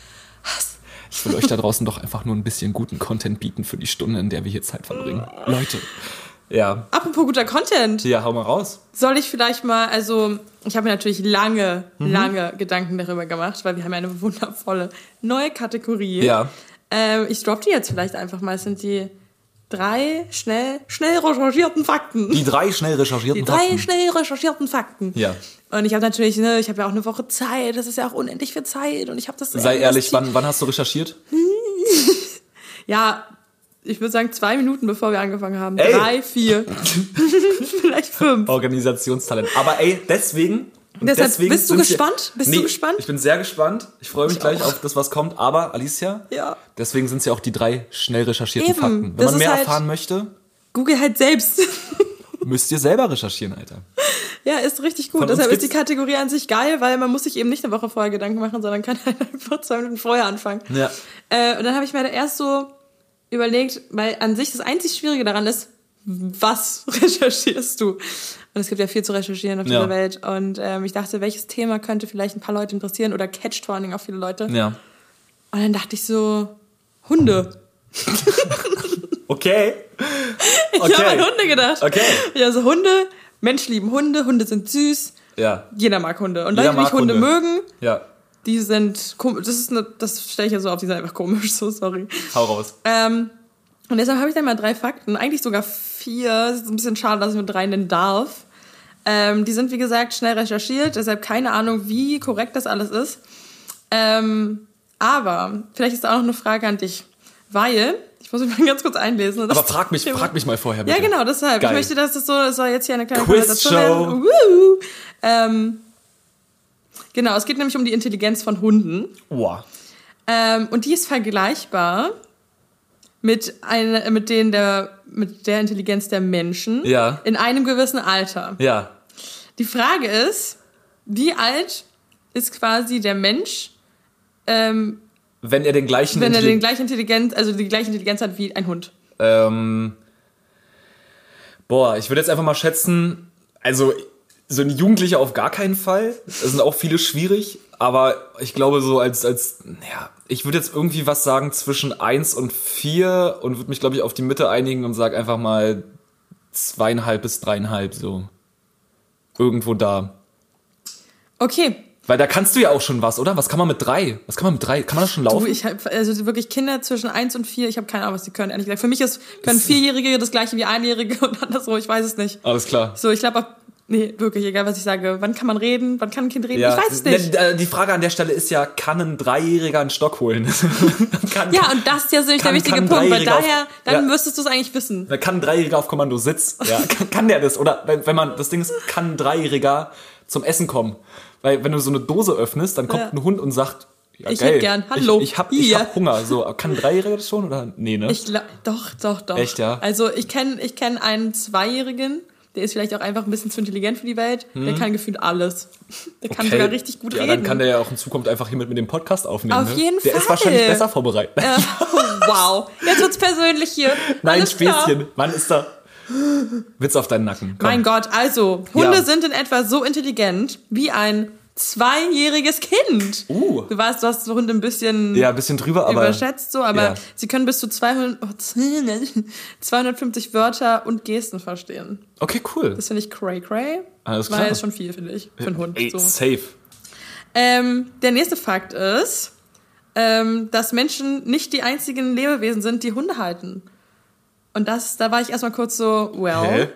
Ich will euch da draußen doch einfach nur ein bisschen guten Content bieten für die Stunde, in der wir hier Zeit verbringen. Leute, ja. Apropos guter Content. Ja, hau mal raus. Soll ich vielleicht mal, also ich habe mir natürlich lange, mhm. lange Gedanken darüber gemacht, weil wir haben ja eine wundervolle neue Kategorie. Ja. Äh, ich droppe die jetzt vielleicht einfach mal. Es sind die drei schnell, schnell recherchierten Fakten. Die drei schnell recherchierten Die drei Fakten. schnell recherchierten Fakten. Ja. Und ich habe natürlich, ne, ich habe ja auch eine Woche Zeit. Das ist ja auch unendlich viel Zeit. Und ich habe das. Sei ehrlich, wann, wann hast du recherchiert? Ja, ich würde sagen zwei Minuten, bevor wir angefangen haben. Ey. Drei, vier, vielleicht fünf. Organisationstalent. Aber ey, deswegen... Und Deshalb, deswegen bist du sind wir- gespannt? Bist nee, du gespannt? Ich bin sehr gespannt. Ich freue mich Ich gleich auch. auf das, was kommt. Aber, Alicia, Ja. deswegen sind es ja auch die drei schnell recherchierten Eben. Fakten. Wenn Das man ist mehr halt- erfahren möchte, Google halt selbst. müsst ihr selber recherchieren, Alter. Ja, ist richtig gut. Von uns Deshalb ist die gibt's- Kategorie an sich geil, weil man muss sich eben nicht eine Woche vorher Gedanken machen, sondern kann halt einfach zwei Minuten vorher anfangen. Ja. Äh, und dann habe ich mir da erst so überlegt, weil an sich das einzig Schwierige daran ist, was recherchierst du? Und es gibt ja viel zu recherchieren auf dieser Ja. Welt. Und ähm, ich dachte, welches Thema könnte vielleicht ein paar Leute interessieren oder catcht vor allen Dingen auch viele Leute. Ja. Und dann dachte ich so, Hunde. Okay. Ich Okay. habe an Hunde gedacht. Okay. Ja, so Hunde, Menschen lieben Hunde, Hunde sind süß. Ja. Jeder mag Hunde. Und Jeder Leute, die mag nicht Hunde, Hunde. mögen, Ja. die sind komisch. Das ist eine, das stelle ich ja so auf, die sind einfach komisch, so sorry. Hau raus. Ähm, und deshalb habe ich dann mal drei Fakten, eigentlich sogar vier. Es ist ein bisschen schade, dass ich mit drei nennen darf. Ähm, die sind, wie gesagt, schnell recherchiert, deshalb keine Ahnung, wie korrekt das alles ist. Ähm, aber vielleicht ist da auch noch eine Frage an dich, weil, ich muss mich mal ganz kurz einlesen. Und das Aber frag mich, frag mich mal vorher, bitte. Ja, genau, deshalb. Geil. Ich möchte, dass das so, es soll jetzt hier eine kleine Quiz-Show. Konversation werden. Woo. Ähm, genau, es geht nämlich um die Intelligenz von Hunden. Boah. Ähm, und die ist vergleichbar mit, eine, mit, denen der, mit der Intelligenz der Menschen Ja. in einem gewissen Alter. Ja. Die Frage ist, wie alt ist quasi der Mensch, ähm, Wenn er den gleichen... wenn er Intelli- den gleichen Intelligenz, also die gleiche Intelligenz hat wie ein Hund? Ähm, boah, ich würde jetzt einfach mal schätzen, also so ein Jugendlicher auf gar keinen Fall. Das sind auch viele schwierig, aber ich glaube so als, als ja, ich würde jetzt irgendwie was sagen zwischen eins und vier und würde mich, glaube ich, auf die Mitte einigen und sage einfach mal zweieinhalb bis dreieinhalb, so. Irgendwo da. Okay. Weil da kannst du ja auch schon was, oder? Was kann man mit drei? Was kann man mit drei? Kann man das schon laufen? Du, ich hab, also wirklich Kinder zwischen eins und vier, ich habe keine Ahnung, was die können, ehrlich gesagt. Für mich ist, können Vierjährige das gleiche wie Einjährige und andersrum, ich weiß es nicht. Alles klar. So, ich glaube, nee, wirklich, egal was ich sage. Wann kann man reden? Wann kann ein Kind reden? Ich weiß es nicht. Ne, Die Frage an der Stelle ist ja, kann ein Dreijähriger einen Stock holen? kann, Ja, und das ist ja so nicht der kann- wichtige kann ein Punkt, weil Dreijähriger daher, auf- dann ja. müsstest du es eigentlich wissen. Kann ein Dreijähriger auf Kommando sitzen? Ja, kann, kann der das? Oder wenn, wenn man, das Ding ist, kann ein Dreijähriger zum Essen kommen? Weil wenn du so eine Dose öffnest, dann kommt Ja. ein Hund und sagt, ja, Ich geil, hätt gern, hallo, Ich, ich, hab, ich hier. hab Hunger. So, kann ein Dreijähriger das schon? Oder? Nee, ne? Ich glaub, doch, doch, doch. Echt, ja? Also ich kenne ich kenn einen Zweijährigen, der ist vielleicht auch einfach ein bisschen zu intelligent für die Welt. Der kann gefühlt alles. Der kann sogar richtig gut ja, reden. dann kann der ja auch in Zukunft einfach hier mit, mit dem Podcast aufnehmen. Auf ne? jeden der Fall. ist wahrscheinlich besser vorbereitet. Äh, wow, jetzt wird's persönlich hier. Nein, Alles klar. Späßchen. Wann ist da? Witz auf deinen Nacken. Komm. Mein Gott, also, Hunde Ja. sind in etwa so intelligent wie ein zweijähriges Kind. Uh. Du weißt, du hast Hunde ein bisschen Ja, ein bisschen drüber, aber... überschätzt, so, aber ja. sie können bis zu zweihundert, oh, zweihundertfünfzig Wörter und Gesten verstehen. Okay, cool. Das finde ich cray cray. Alles Weil klar. ist schon viel, finde ich, für einen Hund. Ey, So. safe. Ähm, der nächste Fakt ist, ähm, dass Menschen nicht die einzigen Lebewesen sind, die Hunde halten. Und das, da war ich erstmal kurz so, well, Hä?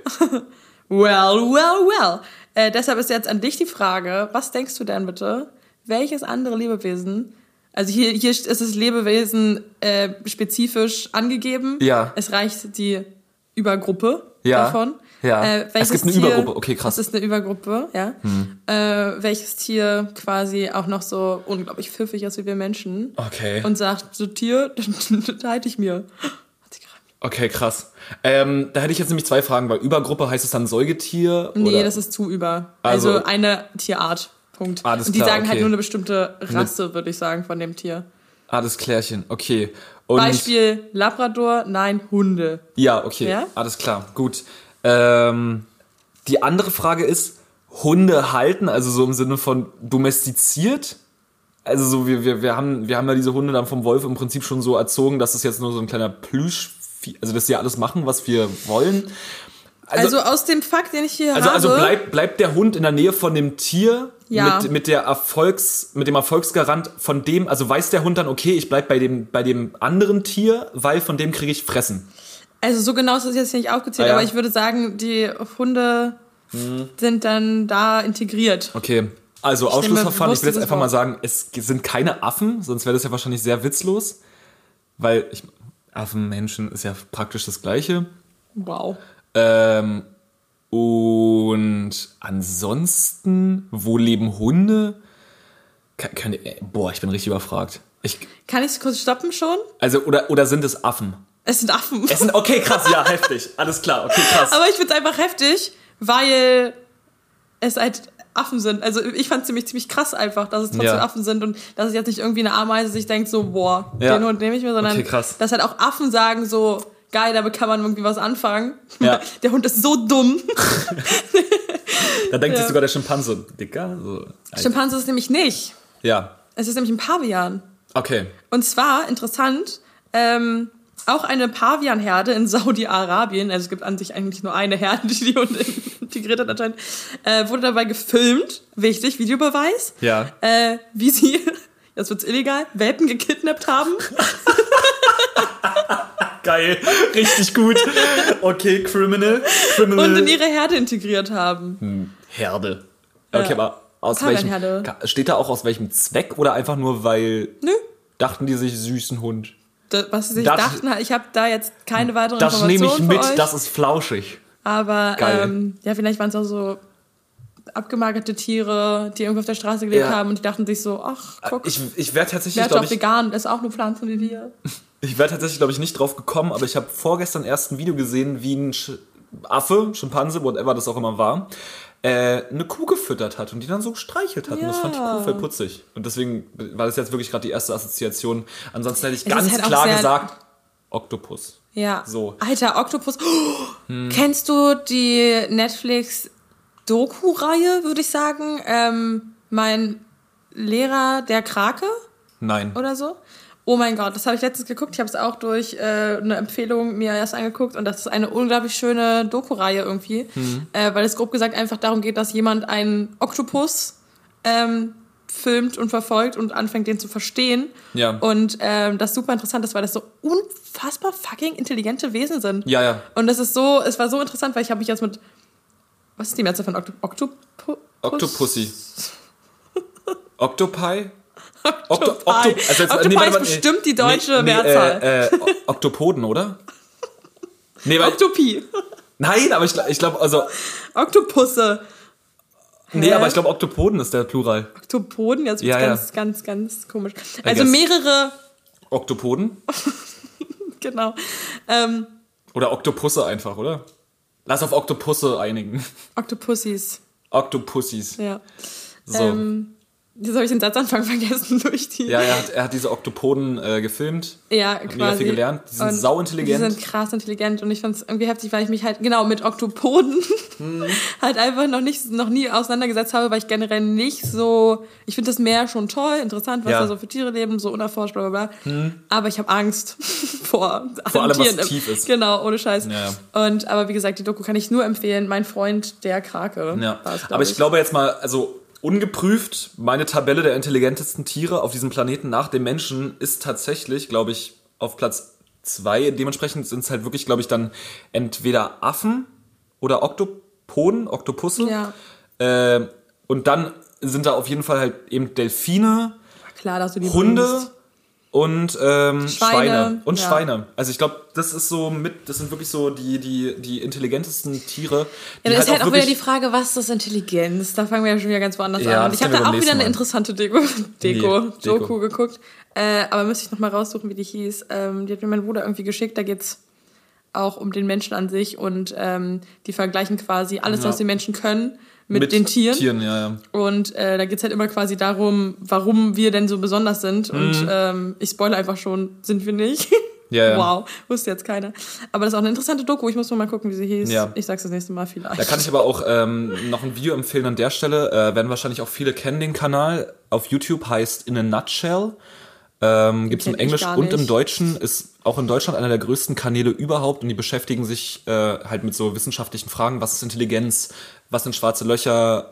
well, well, well. Äh, deshalb ist jetzt an dich die Frage, was denkst du denn bitte, welches andere Lebewesen, also hier, hier ist das Lebewesen äh, spezifisch angegeben, Ja. es reicht die Übergruppe Ja. davon. Ja. Äh, Es welches gibt eine Tier, Übergruppe. Okay, krass. Das ist eine Übergruppe, ja. Hm. Äh, welches Tier quasi auch noch so unglaublich pfiffig ist wie wir Menschen. Okay. Und sagt, so Tier, das halte ich mir. Hat sie gereimt. Okay, krass. Ähm, da hätte ich jetzt nämlich zwei Fragen, weil Übergruppe heißt es dann Säugetier? Nee, oder? das ist zu über. Also, Also- eine Tierart. Punkt. Alles Und die klar, sagen halt okay. nur eine bestimmte Rasse, würde ich sagen, von dem Tier. Ah, das Klärchen. Okay. Und Beispiel Labrador, nein, Hunde. Ja, okay. Ja? Alles klar. Gut. Ähm, die andere Frage ist, Hunde halten, also so im Sinne von domestiziert? Also so, wir, wir, wir, haben, wir haben ja diese Hunde dann vom Wolf im Prinzip schon so erzogen, dass es jetzt nur so ein kleiner Plüsch, also dass sie alles machen, was wir wollen. Also, aus dem Fakt, den ich hier Also, habe... also bleibt, bleibt der Hund in der Nähe von dem Tier Ja. mit, mit, der Erfolgs, mit dem Erfolgsgarant von dem, also weiß der Hund dann, okay, ich bleib bei dem, bei dem anderen Tier, weil von dem kriege ich Fressen. Also so genau ist das jetzt nicht aufgezählt, Ah, ja. aber ich würde sagen, die Hunde hm. sind dann da integriert. Okay, also Ich Ausschlussverfahren, ich bewusst will jetzt dieses einfach mal Wort. sagen, es sind keine Affen, sonst wäre das ja wahrscheinlich sehr witzlos, weil ich, Affen, Menschen ist ja praktisch das Gleiche. Wow. Ähm, und ansonsten, wo leben Hunde? Kann, kann, boah, ich bin richtig überfragt. Ich, Kann ich es kurz stoppen schon? also, oder, oder sind es Affen? Es sind Affen. Es sind, okay, krass, ja, heftig. Alles klar, okay, krass. Aber ich finde es einfach heftig, weil es halt Affen sind. Also ich fand es ziemlich, ziemlich krass einfach, dass es trotzdem Ja. Affen sind und dass es jetzt nicht irgendwie eine Ameise sich denkt so, boah, Ja. den Hund nehme ich mir, sondern Okay, krass. dass halt auch Affen sagen so, geil, damit kann man irgendwie was anfangen. Ja. Der Hund ist so dumm. Da denkt Ja. sich sogar der Schimpanse, Dicker. So. Schimpanse ist es nämlich nicht. Ja, Es ist nämlich ein Pavian. okay. Und zwar, interessant, ähm, auch eine Pavianherde in Saudi-Arabien, also es gibt an sich eigentlich nur eine Herde, die die Hunde integriert hat anscheinend, äh, wurde dabei gefilmt, wichtig, Videobeweis, Ja. äh, wie sie, jetzt wird's illegal, Welpen gekidnappt haben. Geil, richtig gut. Okay, Criminal. Criminal. Und in ihre Herde integriert haben. Herde. Okay, Ja. aber aus welchem, Pavianherde. steht da auch aus welchem Zweck oder einfach nur, weil Nö. dachten die sich süßen Hund? Das, was sie sich Das- dachten, ich habe da jetzt keine weiteren Das nehme ich Informationen mit, für euch. das ist flauschig. Aber Geil. ähm, ja, vielleicht waren es auch so abgemagerte Tiere, die irgendwo auf der Straße gelebt Ja. haben und die dachten sich so, ach, guck, Ich, ich wäre tatsächlich, wer ist glaube doch ich, vegan, ist auch nur Pflanzen wie wir. ich wäre tatsächlich, glaube ich, nicht drauf gekommen, aber ich habe vorgestern erst ein Video gesehen, wie ein Sch- Affe, Schimpanse, whatever das auch immer war, äh, eine Kuh gefüttert hat und die dann so gestreichelt hat. Und das fand ich Ja. cool, voll putzig. Und deswegen war das jetzt wirklich gerade die erste Assoziation. Ansonsten hätte ich Es ist ganz halt auch klar sehr- gesagt, Oktopus. Ja. So. Alter, Oktopus. Oh, kennst du die Netflix-Doku-Reihe, würde ich sagen? Ähm, mein Lehrer, der Krake Nein. oder so? Oh mein Gott, das habe ich letztens geguckt. Ich habe es auch durch äh, eine Empfehlung mir erst angeguckt und das ist eine unglaublich schöne Doku-Reihe irgendwie, äh, weil es grob gesagt einfach darum geht, dass jemand einen Oktopus ähm, filmt und verfolgt und anfängt, den zu verstehen. Ja. Und ähm, das super interessant ist, weil das so unfassbar fucking intelligente Wesen sind. Ja, ja. Und das ist so, es war so interessant, weil ich habe mich jetzt mit, was ist die Mehrzahl von Okto, Oktopus? Octopussy. Octopi? Octo, Octopi. Octo, also jetzt, Octopi warte ist mal, bestimmt die deutsche nee, Mehrzahl. Äh, äh, O- Oktopoden, oder? Nee, weil, Oktopie. nein, aber ich, gl- ich glaube, also, Oktopusse. nee, Hä? aber ich glaube, Oktopoden ist der Plural. Oktopoden, jetzt wird's Ja, ja. ganz, ganz, ganz komisch. Also guess. mehrere, Oktopoden? genau. Ähm, Oder Oktopusse einfach, oder? Lass auf Oktopusse einigen. Oktopussis, Oktopussys. ja. So. Ähm, jetzt habe ich den Satzanfang vergessen durch die. ja, er hat, er hat diese Oktopoden äh, gefilmt. Ja, Hab quasi. mega viel gelernt. Die sind Und sauintelligent. Die sind krass intelligent und ich fand es irgendwie heftig, weil ich mich halt, genau, mit Oktopoden Mhm. halt einfach noch nicht, noch nie auseinandergesetzt habe, weil ich generell nicht so, ich finde das Meer schon toll, interessant, was Ja. da so für Tiere leben, so unerforscht, bla bla bla. Aber ich habe Angst vor, Vor allem, was Tieren. tief ist. Genau, ohne Scheiß. Ja, Und, aber wie gesagt, die Doku kann ich nur empfehlen. Mein Freund, der Krake. Ja. war es, glaub Aber ich glaube jetzt mal, also ungeprüft, meine Tabelle der intelligentesten Tiere auf diesem Planeten nach dem Menschen ist tatsächlich, glaube ich, auf Platz zwei. Dementsprechend sind es halt wirklich, glaube ich, dann entweder Affen oder Oktopoden, Oktopusse. Ja. Äh, und dann sind da auf jeden Fall halt eben Delfine, Klar, dass du die Hunde bringst. und ähm, Schweine. Schweine, Und ja. Schweine. Also ich glaube, das ist so mit, das sind wirklich so die, die, die intelligentesten Tiere. Ja, die das ist halt auch wieder wirklich- die Frage, was ist Intelligenz? Da fangen wir ja schon wieder ganz woanders Ja, an. Und das ich habe können wir da beim auch wieder nächsten eine Mal. interessante Deko, Deko, Nee, Deko. Doku geguckt. Äh, aber müsste ich noch mal raussuchen, wie die hieß. Ähm, die hat mir mein Bruder irgendwie geschickt. Da geht's auch um den Menschen an sich und ähm, die vergleichen quasi alles, Ja. was die Menschen können, mit, den Tieren. Tieren, ja, ja. Und äh, da geht's halt immer quasi darum, warum wir denn so besonders sind. Und ähm, ich spoilere einfach schon, sind wir nicht. Mhm. Ja, ja. Wow, wusste jetzt keiner. Aber das ist auch eine interessante Doku. Ich muss noch mal gucken, wie sie hieß. Ja. Ich sag's das nächste Mal vielleicht. Da kann ich aber auch ähm, noch ein Video empfehlen an der Stelle. Äh, werden wahrscheinlich auch viele kennen den Kanal. Auf YouTube heißt In a Nutshell. Ähm, Gibt es im kenn ich Englisch gar und im nicht. Deutschen. Ist auch in Deutschland einer der größten Kanäle überhaupt. Und die beschäftigen sich äh, halt mit so wissenschaftlichen Fragen. Was ist Intelligenz? Was sind schwarze Löcher?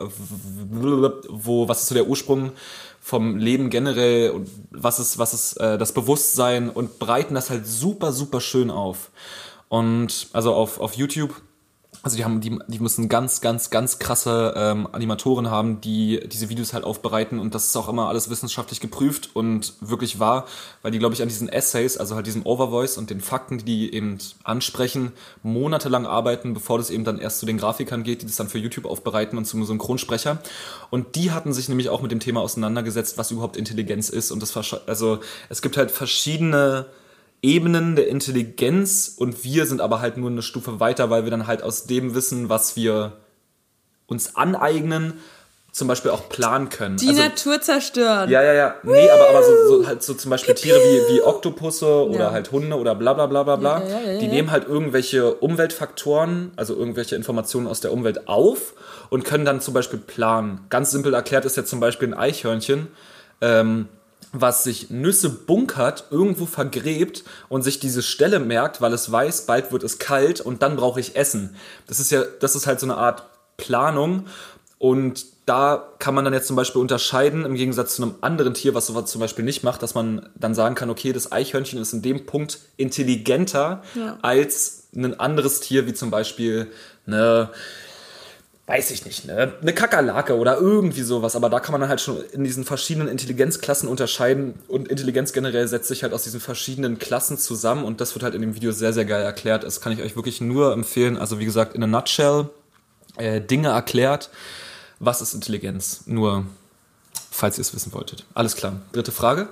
Wo, was ist so der Ursprung vom Leben generell? Und was ist, was ist äh, das Bewusstsein? Und breiten das halt super, super schön auf. Und also auf, auf YouTube, also die haben, die, die müssen ganz, ganz, ganz krasse ähm, Animatoren haben, die diese Videos halt aufbereiten, und das ist auch immer alles wissenschaftlich geprüft und wirklich wahr, weil die, glaube ich, an diesen Essays, also halt diesem Overvoice und den Fakten, die die eben ansprechen, monatelang arbeiten, bevor das eben dann erst zu den Grafikern geht, die das dann für YouTube aufbereiten und zum Synchronsprecher. Und die hatten sich nämlich auch mit dem Thema auseinandergesetzt, was überhaupt Intelligenz ist. Und das also es gibt halt verschiedene Ebenen der Intelligenz, und wir sind aber halt nur eine Stufe weiter, weil wir dann halt aus dem Wissen, was wir uns aneignen, zum Beispiel auch planen können. Die also, Natur zerstören. Ja, ja, ja. Nee, aber, aber so, so halt so zum Beispiel Tiere wie, wie Oktopusse oder Ja. halt Hunde oder bla bla bla bla bla. Ja, ja, ja, ja, die ja. nehmen halt irgendwelche Umweltfaktoren, also irgendwelche Informationen aus der Umwelt auf und können dann zum Beispiel planen. Ganz simpel erklärt ist jetzt zum Beispiel ein Eichhörnchen, ähm, was sich Nüsse bunkert, irgendwo vergräbt und sich diese Stelle merkt, weil es weiß, bald wird es kalt und dann brauche ich Essen. Das ist ja, das ist halt so eine Art Planung, und da kann man dann jetzt zum Beispiel unterscheiden, im Gegensatz zu einem anderen Tier, was sowas zum Beispiel nicht macht, dass man dann sagen kann, okay, das Eichhörnchen ist in dem Punkt intelligenter Ja. als ein anderes Tier, wie zum Beispiel eine, weiß ich nicht, ne, eine Kakerlake oder irgendwie sowas. Aber da kann man dann halt schon in diesen verschiedenen Intelligenzklassen unterscheiden, und Intelligenz generell setzt sich halt aus diesen verschiedenen Klassen zusammen, und das wird halt in dem Video sehr, sehr geil erklärt. Das kann ich euch wirklich nur empfehlen. Also wie gesagt, in a nutshell, äh, Dinge erklärt. Was ist Intelligenz? Nur, falls ihr es wissen wolltet. Alles klar. Dritte Frage.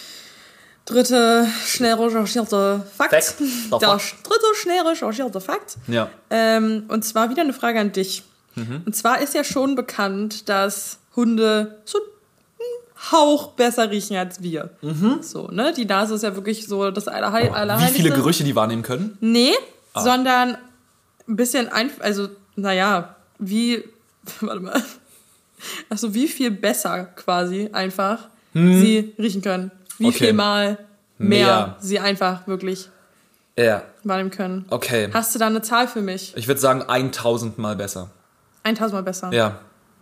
Dritte schnell recherchierte Fakt. Fact. Doch, Der Fakt. dritte schnell recherchierte Fakt. Ja. Ähm, und zwar wieder eine Frage an dich. Mhm. Und zwar ist ja schon bekannt, dass Hunde so einen Hauch besser riechen als wir. So, ne? Die Nase ist ja wirklich so das Allerheil- Wie Allerheiligste. viele Gerüche die wahrnehmen können? Nee, sondern ein bisschen einfach, also, naja, wie, warte mal, also wie viel besser quasi einfach sie riechen können. Wie Okay. viel mal mehr, Mehr. sie einfach wirklich Ja. wahrnehmen können. Okay. Hast du da eine Zahl für mich? Ich würde sagen tausend Mal besser. tausend Mal besser. Ja.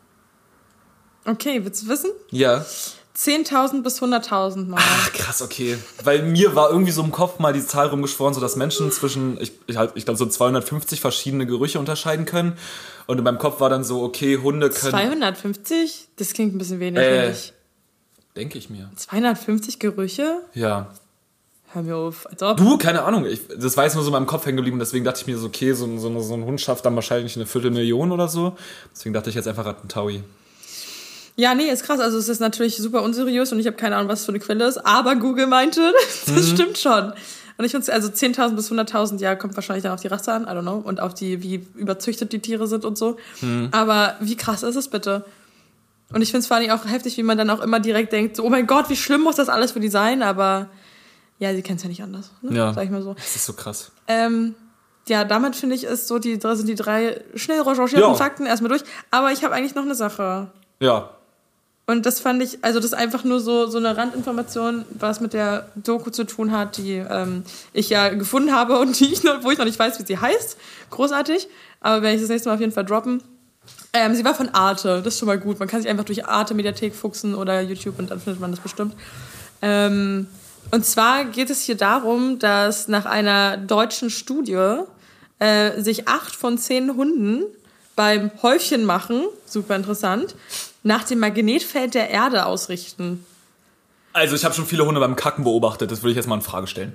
Okay, willst du wissen? Ja. zehntausend bis hunderttausend Mal. Ach, krass, okay. Weil mir war irgendwie so im Kopf mal die Zahl rumgeschworen, so dass Menschen zwischen, ich, ich, halt, ich glaube, so zweihundertfünfzig verschiedene Gerüche unterscheiden können. Und in meinem Kopf war dann so, okay, Hunde können... zweihundertfünfzig? Das klingt ein bisschen wenig, Äh. finde ich. Denke ich mir. zweihundertfünfzig Gerüche? Ja. Hör mir auf. Als ob. Du, keine Ahnung. Ich, das war jetzt nur so in meinem Kopf hängen geblieben. Deswegen dachte ich mir so, okay, so, so, so ein Hund schafft dann wahrscheinlich eine Viertelmillion oder so. Deswegen dachte ich jetzt einfach Rattentaui. Ja, nee, ist krass. Also es ist natürlich super unseriös und ich habe keine Ahnung, was für eine Quelle ist. Aber Google meinte, das stimmt schon. Und ich finde, also zehntausend bis hunderttausend, ja, kommt wahrscheinlich dann auf die Rasse an, I don't know. Und auf die, wie überzüchtet die Tiere sind und so. Aber wie krass ist es bitte? Und ich finde es vor allem auch heftig, wie man dann auch immer direkt denkt, so, oh mein Gott, wie schlimm muss das alles für die sein? Aber ja, sie kennen es ja nicht anders, ne? Ja. Sag ich mal so. Das ist so krass. Ähm, ja, damit finde ich, ist so die, sind die drei schnell recherchierten Ja. Fakten erstmal durch. Aber ich habe eigentlich noch eine Sache. Ja. Und das fand ich, also das ist einfach nur so, so eine Randinformation, was mit der Doku zu tun hat, die ähm, ich ja gefunden habe und die ich noch, wo ich noch nicht weiß, wie sie heißt. Großartig. Aber werde ich das nächste Mal auf jeden Fall droppen. Ähm, sie war von Arte, das ist schon mal gut. Man kann sich einfach durch Arte-Mediathek fuchsen oder YouTube und dann findet man das bestimmt. Ähm, und zwar geht es hier darum, dass nach einer deutschen Studie äh, sich acht von zehn Hunden beim Häufchen machen, super interessant, nach dem Magnetfeld der Erde ausrichten. Also ich habe schon viele Hunde beim Kacken beobachtet. Das würde ich jetzt mal in Frage stellen.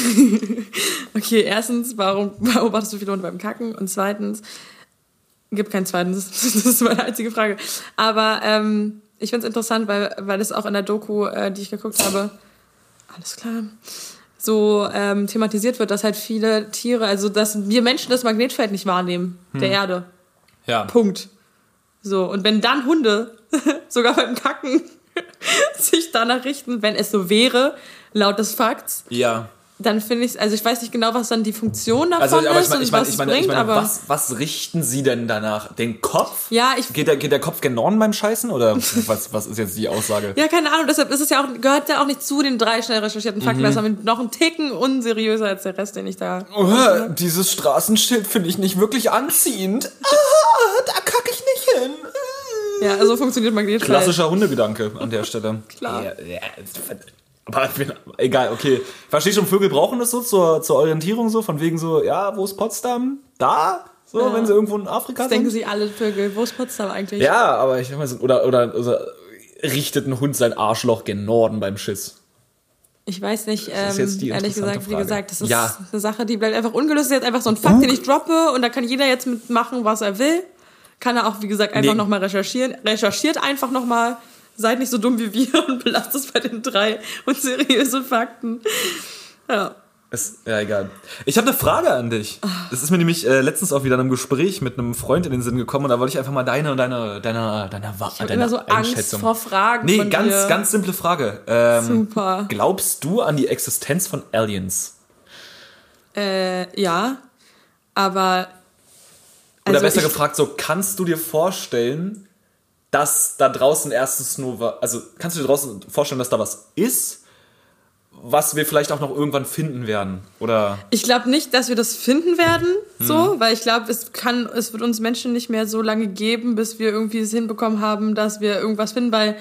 Okay, erstens, warum beobachtest du viele Hunde beim Kacken? Und zweitens, gibt keinen zweiten, das ist meine einzige Frage. Aber ähm, ich finde es interessant, weil, weil es auch in der Doku, äh, die ich geguckt habe, alles klar, so ähm, thematisiert wird, dass halt viele Tiere, also dass wir Menschen das Magnetfeld nicht wahrnehmen, der Erde. Ja. Punkt. So, und wenn dann Hunde sogar beim Kacken sich danach richten, wenn es so wäre, laut des Fakts, Ja. dann finde ich, also ich weiß nicht genau, was dann die Funktion davon Also, aber ich ist meine, und ich meine, was ich es meine, bringt, ich meine aber was, was richten Sie denn danach? Den Kopf? ja, ich Geht der, geht der Kopf gen Norden beim Scheißen? Oder was, was ist jetzt die Aussage? ja, keine Ahnung, deshalb ist es ja auch, gehört ja auch nicht zu den drei schnell recherchierten Fakten, Mhm. das ist noch ein Ticken unseriöser als der Rest, den ich da... Oh, dieses Straßenschild finde ich nicht wirklich anziehend. Ah, da kacke ich nicht hin. Ja, also funktioniert Magnetfeld. Klassischer Hundegedanke an der Stelle. Klar. Ja, ja, Aber ich bin, egal, okay. Verstehst du, Vögel brauchen das so zur, zur Orientierung so, von wegen so, ja, wo ist Potsdam? Da? So, Ja. wenn sie irgendwo in Afrika Das sind. denken sie alle Vögel. Wo ist Potsdam eigentlich? Ja, aber ich sag mal so, oder, oder, oder richtet ein Hund sein Arschloch gen Norden beim Schiss? Ich weiß nicht, Das ist ähm, jetzt die ehrlich interessante gesagt, wie Frage. gesagt, das ist Ja. eine Sache, die bleibt einfach ungelöst. Das ist jetzt einfach so ein Fakt, den ich droppe und da kann jeder jetzt mitmachen, was er will. Kann er auch, wie gesagt, einfach Nee. nochmal recherchieren. Recherchiert einfach nochmal. Seid nicht so dumm wie wir und belasst es bei den drei und seriöse Fakten. Ja. Ist, ja, egal. Ich habe eine Frage an dich. Das ist mir nämlich äh, letztens auch wieder in einem Gespräch mit einem Freund in den Sinn gekommen und da wollte ich einfach mal deine deine deine deine, Ich habe deine immer so Angst Einschätzung. vor Fragen Nee, von ganz dir. ganz simple Frage. Ähm, Super. Glaubst du an die Existenz von Aliens? Äh, ja, aber... Oder also besser ich- gefragt, so kannst du dir vorstellen, dass da draußen erstens nur, wa- also kannst du dir draußen vorstellen, dass da was ist, was wir vielleicht auch noch irgendwann finden werden? Oder Ich glaube nicht, dass wir das finden werden, so, Hm. weil ich glaube, es kann, es wird uns Menschen nicht mehr so lange geben, bis wir irgendwie es hinbekommen haben, dass wir irgendwas finden, weil,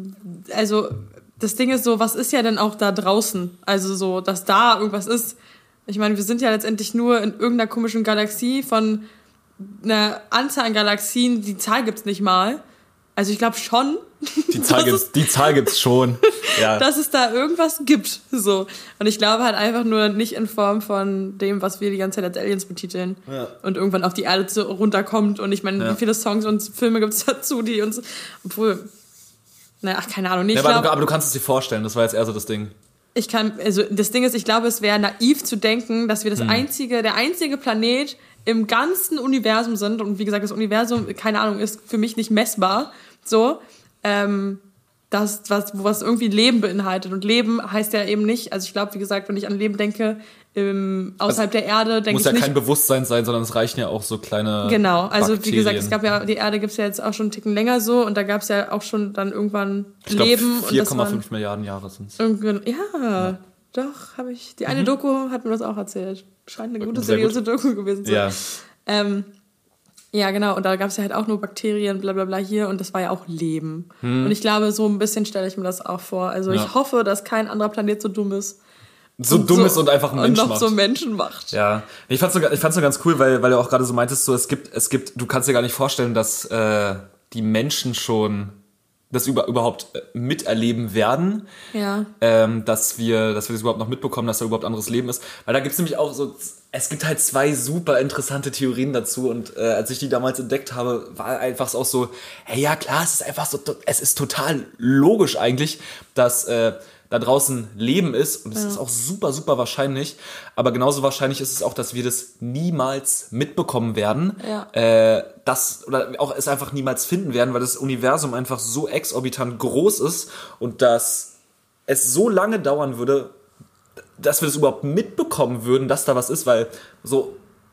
also, das Ding ist so, was ist ja denn auch da draußen? Also so, dass da irgendwas ist. Ich meine, wir sind ja letztendlich nur in irgendeiner komischen Galaxie von einer Anzahl an Galaxien, die Zahl gibt's nicht mal. Also ich glaube schon, die Zahl dass gibt's, es- die Zahl gibt's schon. Ja. dass es da irgendwas gibt. So. Und ich glaube halt einfach nur nicht in Form von dem, was wir die ganze Zeit als Aliens betiteln. Ja. Und irgendwann auf die Erde zu, runterkommt. Und ich meine, Ja. wie viele Songs und Filme gibt es dazu, die uns. Obwohl. Naja, ach, keine Ahnung. Nee, Ja, ich aber, du, glaube, aber du kannst es dir vorstellen, das war jetzt eher so das Ding. ich kann. Also das Ding ist, ich glaube, es wäre naiv zu denken, dass wir das einzige, der einzige Planet im ganzen Universum sind. Und wie gesagt, das Universum, keine Ahnung, ist für mich nicht messbar. So. Ähm, das, was, was irgendwie Leben beinhaltet. Und Leben heißt ja eben nicht, also ich glaube, wie gesagt, wenn ich an Leben denke, ähm, außerhalb der Erde, denke Muss ich ja nicht. kein Bewusstsein sein, sondern es reichen ja auch so kleine Genau, also wie gesagt, Bakterien. es gab ja, die Erde gibt es ja jetzt auch schon einen Ticken länger so und da gab es ja auch schon dann irgendwann Ich glaub, Leben. vier und Komma das waren fünf Milliarden Jahre sind es. irgendwann, ja, doch, habe ich. Die eine Doku hat mir das auch erzählt. Scheint eine gute, Sehr seriöse Doku gewesen zu sein. Ja. Ähm, ja, genau. Und da gab es ja halt auch nur Bakterien, bla bla bla hier. Und das war ja auch Leben. Und ich glaube, so ein bisschen stelle ich mir das auch vor. Also Ja. ich hoffe, dass kein anderer Planet so dumm ist. So dumm ist und einfach ein Mensch und noch macht. so Menschen macht. Ja, ich fand's so, ich fand's so ganz cool, weil, weil du auch gerade so meintest, so es gibt, es gibt, du kannst dir gar nicht vorstellen, dass äh, die Menschen schon das über, überhaupt äh, miterleben werden, Ja. ähm, dass wir, dass wir das überhaupt noch mitbekommen, dass da überhaupt anderes Leben ist. Weil da gibt's nämlich auch so, es gibt halt zwei super interessante Theorien dazu und äh, als ich die damals entdeckt habe, war einfach auch so, hey, ja klar, es ist einfach so, es ist total logisch eigentlich, dass äh, da draußen Leben ist und es Ja. ist auch super, super wahrscheinlich, aber genauso wahrscheinlich ist es auch, dass wir das niemals mitbekommen werden, Ja. äh, das oder auch es einfach niemals finden werden, weil das Universum einfach so exorbitant groß ist und dass es so lange dauern würde, dass wir das überhaupt mitbekommen würden, dass da was ist, weil so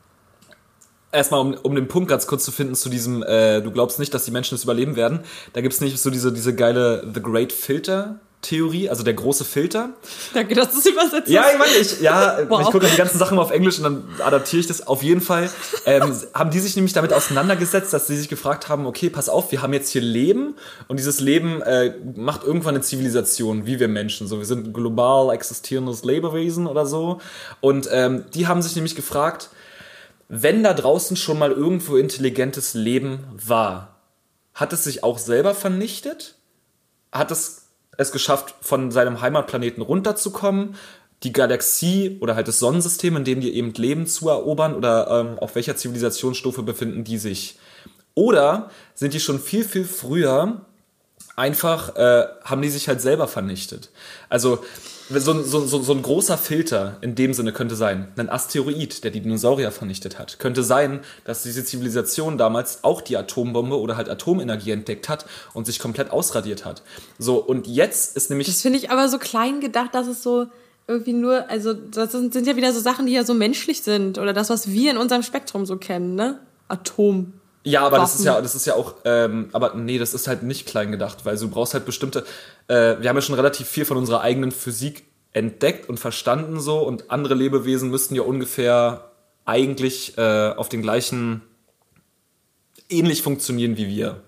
erstmal, um, um den Punkt ganz kurz zu finden zu diesem, äh, du glaubst nicht, dass die Menschen es überleben werden, da gibt's nicht so diese, diese geile The Great Filter Theorie, also der große Filter. Danke, dass du es übersetzt Ja, hast. ich meine, ich, ja, Wow. ich gucke die ganzen Sachen mal auf Englisch und dann adaptiere ich das auf jeden Fall. Ähm, haben die sich nämlich damit auseinandergesetzt, dass sie sich gefragt haben, okay, pass auf, wir haben jetzt hier Leben und dieses Leben äh, macht irgendwann eine Zivilisation, wie wir Menschen. So, wir sind ein global existierendes Lebewesen oder so. Und ähm, die haben sich nämlich gefragt, wenn da draußen schon mal irgendwo intelligentes Leben war, hat es sich auch selber vernichtet? Hat es es geschafft, von seinem Heimatplaneten runterzukommen, die Galaxie oder halt das Sonnensystem, in dem die eben Leben zu erobern oder ähm, auf welcher Zivilisationsstufe befinden die sich? Oder sind die schon viel, viel früher einfach, äh, haben die sich halt selber vernichtet? Also so, so, so, so ein großer Filter in dem Sinne könnte sein, ein Asteroid, der die Dinosaurier vernichtet hat. Könnte sein, dass diese Zivilisation damals auch die Atombombe oder halt Atomenergie entdeckt hat und sich komplett ausradiert hat. So, und jetzt ist nämlich... Das finde ich aber so klein gedacht, dass es so irgendwie nur, also das sind, sind ja wieder so Sachen, die ja so menschlich sind oder das, was wir in unserem Spektrum so kennen, ne? Atom. Ja, aber das ist Waffen. ja, das ist ja auch, ähm, aber nee, das ist halt nicht klein gedacht, weil du brauchst halt bestimmte, äh, wir haben ja schon relativ viel von unserer eigenen Physik entdeckt und verstanden so und andere Lebewesen müssten ja ungefähr eigentlich äh, auf den gleichen, ähnlich funktionieren wie wir.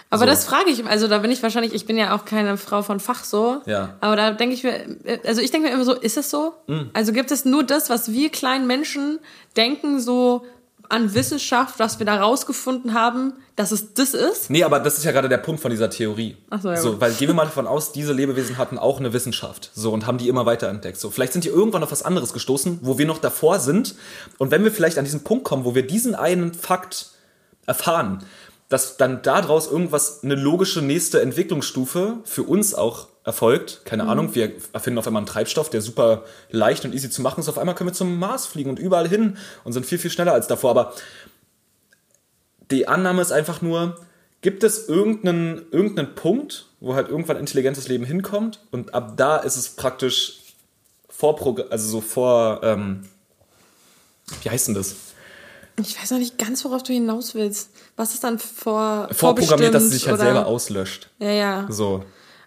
Aber So. das frage ich, also da bin ich wahrscheinlich, ich bin ja auch keine Frau von Fach so, Ja. aber da denke ich mir, also ich denke mir immer so, ist es so? Mhm. Also gibt es nur das, was wir kleinen Menschen denken, so an Wissenschaft, was wir da rausgefunden haben, dass es das ist? Nee, aber das ist ja gerade der Punkt von dieser Theorie. Ach so, ja so, gut. weil gehen wir mal davon aus, diese Lebewesen hatten auch eine Wissenschaft. So, und haben die immer weiterentdeckt. So, vielleicht sind die irgendwann auf was anderes gestoßen, wo wir noch davor sind. Und wenn wir vielleicht an diesen Punkt kommen, wo wir diesen einen Fakt erfahren, dass dann daraus irgendwas, eine logische nächste Entwicklungsstufe für uns auch erfolgt. Keine Mhm. Ahnung, wir erfinden auf einmal einen Treibstoff, der super leicht und easy zu machen ist. Auf einmal können wir zum Mars fliegen und überall hin und sind viel, viel schneller als davor. Aber die Annahme ist einfach nur, gibt es irgendeinen, irgendeinen Punkt, wo halt irgendwann intelligentes Leben hinkommt und ab da ist es praktisch vorprogrammiert, also so vor, ähm, wie heißt denn das? Ich weiß noch nicht ganz, worauf du hinaus willst. Was ist dann vor, Vorprogrammiert, dass sie sich halt oder- selber auslöscht. Ja, ja. So.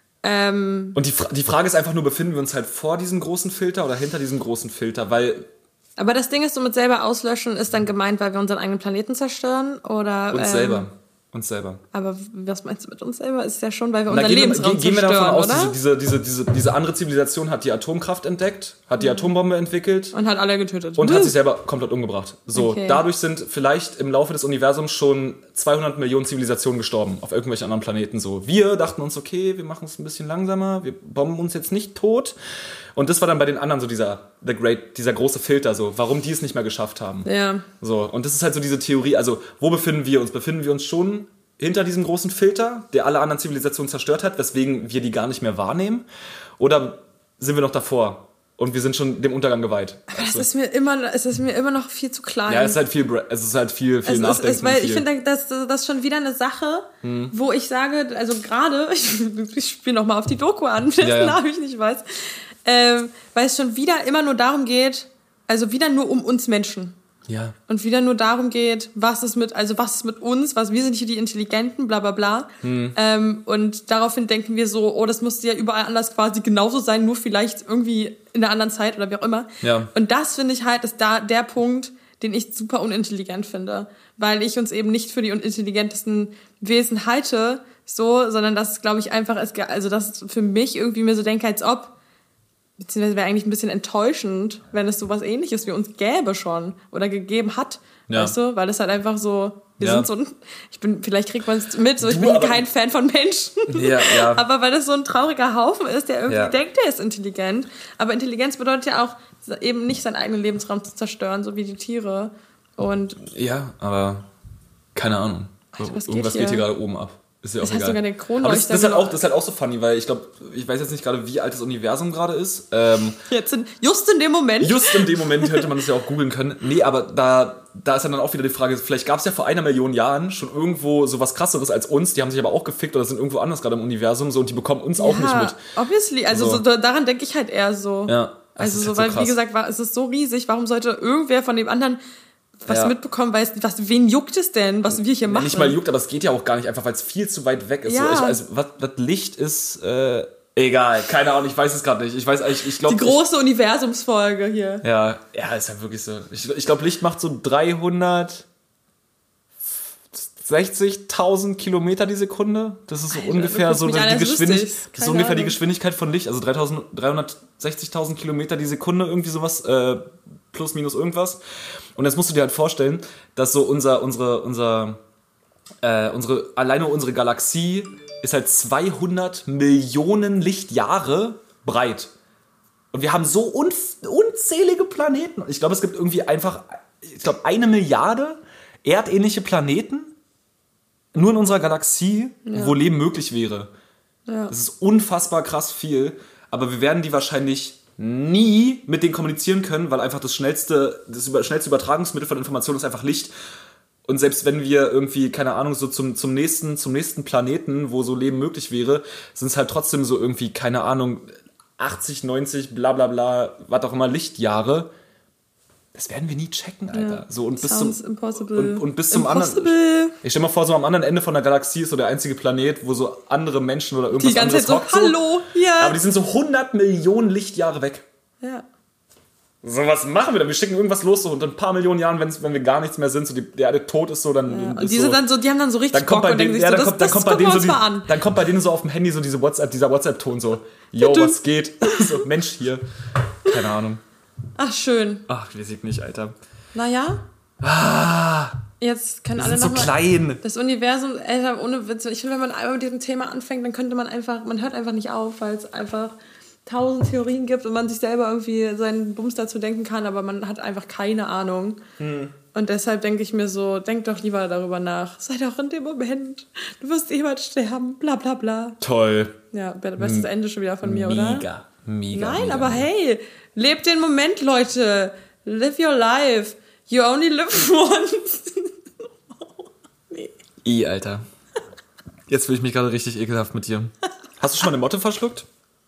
Ähm, Und die, Fra- die Frage ist einfach nur, befinden wir uns halt vor diesem großen Filter oder hinter diesem großen Filter? Weil aber das Ding ist, so mit selber auslöschen ist dann gemeint, weil wir unseren eigenen Planeten zerstören oder... uns ähm, selber. Uns selber. Aber was meinst du mit uns selber? Ist ja schon, weil wir Na, unseren gehen, wir, Lebensraum ge- gehen wir davon zerstören, aus, oder? diese, diese, diese, diese, diese andere Zivilisation hat die Atomkraft entdeckt, hat die Atombombe entwickelt Und hat alle getötet. und hat sich selber komplett umgebracht. So, Okay. dadurch sind vielleicht im Laufe des Universums schon zweihundert Millionen Zivilisationen gestorben auf irgendwelchen anderen Planeten. So, wir dachten uns, okay, wir machen es ein bisschen langsamer, wir bomben uns jetzt nicht tot. Und das war dann bei den anderen so dieser, the great, dieser große Filter, so, warum die es nicht mehr geschafft haben. Ja. So, und das ist halt so diese Theorie, also wo befinden wir uns? Befinden wir uns schon hinter diesem großen Filter, der alle anderen Zivilisationen zerstört hat, weswegen wir die gar nicht mehr wahrnehmen? Oder sind wir noch davor und wir sind schon dem Untergang geweiht? Aber das ist mir immer, es ist mir immer noch viel zu klein. Ja, es ist halt viel, Bra- es ist halt viel, viel es ist, Nachdenken. es, weil viel. ich finde, das, das ist schon wieder eine Sache, Hm. wo ich sage, also gerade, ich, ich spiele nochmal auf die Doku an, dessen Ja, ja. Namen ich nicht weiß, ähm, weil es schon wieder immer nur darum geht, also wieder nur um uns Menschen. ja. Und wieder nur darum geht, was ist mit, also was ist mit uns, was, wir sind hier die Intelligenten, bla bla bla. Hm. Ähm, und daraufhin denken wir so, oh, das müsste ja überall anders quasi genauso sein, nur vielleicht irgendwie in einer anderen Zeit oder wie auch immer. Ja. Und das finde ich halt, ist da der Punkt, den ich super unintelligent finde. Weil ich uns eben nicht für die unintelligentesten Wesen halte, so, sondern das glaube ich einfach, ist, also das für mich irgendwie mir so denke, als ob, beziehungsweise wäre eigentlich ein bisschen enttäuschend, wenn es sowas Ähnliches wie uns gäbe schon oder gegeben hat, Ja. weißt du, weil es halt einfach so, wir Ja. sind so ein, ich bin, vielleicht kriegt man es mit, so, ich Du, bin aber- kein Fan von Menschen, Ja, ja. aber weil es so ein trauriger Haufen ist, der irgendwie Ja. denkt, der ist intelligent, aber Intelligenz bedeutet ja auch, eben nicht seinen eigenen Lebensraum zu zerstören, so wie die Tiere und Ja, aber keine Ahnung. Alter, was geht Irgendwas hier? geht hier gerade oben ab. Ist ja auch Das heißt egal. sogar der Kronleuchter Aber das, das, ist halt will- auch, das ist halt auch so funny, weil ich glaube, ich weiß jetzt nicht gerade, wie alt das Universum gerade ist. Ähm, jetzt in, just in dem Moment, Just in dem Moment hätte man das ja auch googeln können. Nee, aber da, da ist ja dann auch wieder die Frage, vielleicht gab es ja vor einer Million Jahren schon irgendwo sowas Krasseres als uns, die haben sich aber auch gefickt oder sind irgendwo anders gerade im Universum so und die bekommen uns auch nicht mit. obviously, also So. so, da- daran denke ich halt eher so. Ja, das Also ist so, halt so weil, krass. wie gesagt, war, es ist so riesig, warum sollte irgendwer von dem anderen was Ja. mitbekommen, weil es, was, wen juckt es denn, was wir hier machen? Nicht mal juckt, aber es geht ja auch gar nicht einfach, weil es viel zu weit weg ist. Ja. So, ich, also, was, was Licht ist, äh, egal, keine Ahnung, ich weiß es gerade nicht. Ich weiß, ich, ich glaube. Die große Universumsfolge hier. Ja, ja, ist ja wirklich so. Ich, ich glaube, Licht macht so dreihundertsechzigtausend Kilometer die Sekunde. Das ist so Alter, ungefähr du so guckst mich die an, als Geschwindigkeit. wüsste ich's. Das ist Keine ungefähr die Ahnung. Geschwindigkeit von Licht. Also dreihundertsechzigtausend Kilometer die Sekunde, irgendwie sowas, äh, plus minus irgendwas. Und jetzt musst du dir halt vorstellen, dass so unser, unsere, unser, äh, unsere, alleine unsere Galaxie ist halt zweihundert Millionen Lichtjahre breit. Und wir haben so unf- unzählige Planeten. Ich glaube, es gibt irgendwie einfach, ich glaube, eine Milliarde erdähnliche Planeten nur in unserer Galaxie, Ja. wo Leben möglich wäre. Ja. Das ist unfassbar krass viel, aber wir werden die wahrscheinlich nie mit denen kommunizieren können, weil einfach das schnellste, das über, schnellste Übertragungsmittel von Informationen ist einfach Licht. Und selbst wenn wir irgendwie, keine Ahnung, so zum, zum, nächsten, zum nächsten Planeten, wo so Leben möglich wäre, sind es halt trotzdem so irgendwie, keine Ahnung, achtzig, neunzig, bla bla bla, was auch immer, Lichtjahre. Das werden wir nie checken, Alter. Ja. So, und bis zum, Sounds impossible. und, und bis zum anderen. Impossible. Ich stell mir vor, so am anderen Ende von der Galaxie ist so der einzige Planet, wo so andere Menschen oder irgendwas Die ganze anderes Zeit so, hockt. hallo, ja. Aber die sind so hundert Millionen Lichtjahre weg. Ja. So, was machen wir dann? Wir schicken irgendwas los, so und in ein paar Millionen Jahren, wenn's, wenn wir gar nichts mehr sind, so die, die Erde tot ist, so, dann Ja. Und ist diese so, dann so, die haben dann so richtig dann kommt Bock bei und denken denen, sich ja, so, dann das, kommt, dann das kommt bei gucken wir denen so uns die, mal an. dann kommt bei denen so auf dem Handy so diese WhatsApp, dieser WhatsApp-Ton so, yo, was geht? So, Mensch, hier. Keine Ahnung. Ach, schön. Ach, weiß ich nicht, Alter. Naja. Ah, Jetzt können wir alle sind so noch mal, klein. das Universum, Alter, ohne Witz. Ich finde, wenn man einmal mit diesem Thema anfängt, dann könnte man einfach, man hört einfach nicht auf, weil es einfach tausend Theorien gibt und man sich selber irgendwie seinen Bums dazu denken kann, aber man hat einfach keine Ahnung. Hm. Und deshalb denke ich mir so, denk doch lieber darüber nach. Sei doch in dem Moment. Du wirst jemand sterben, bla bla bla. Toll. Ja, bestes Ende schon wieder von mir, oder? Mega, mega. Nein, mega, aber mega. hey, lebt den Moment, Leute. Live your life. You only live once. Nee. I, Alter. Jetzt fühle ich mich gerade richtig ekelhaft mit dir. Hast du schon mal eine Motte verschluckt?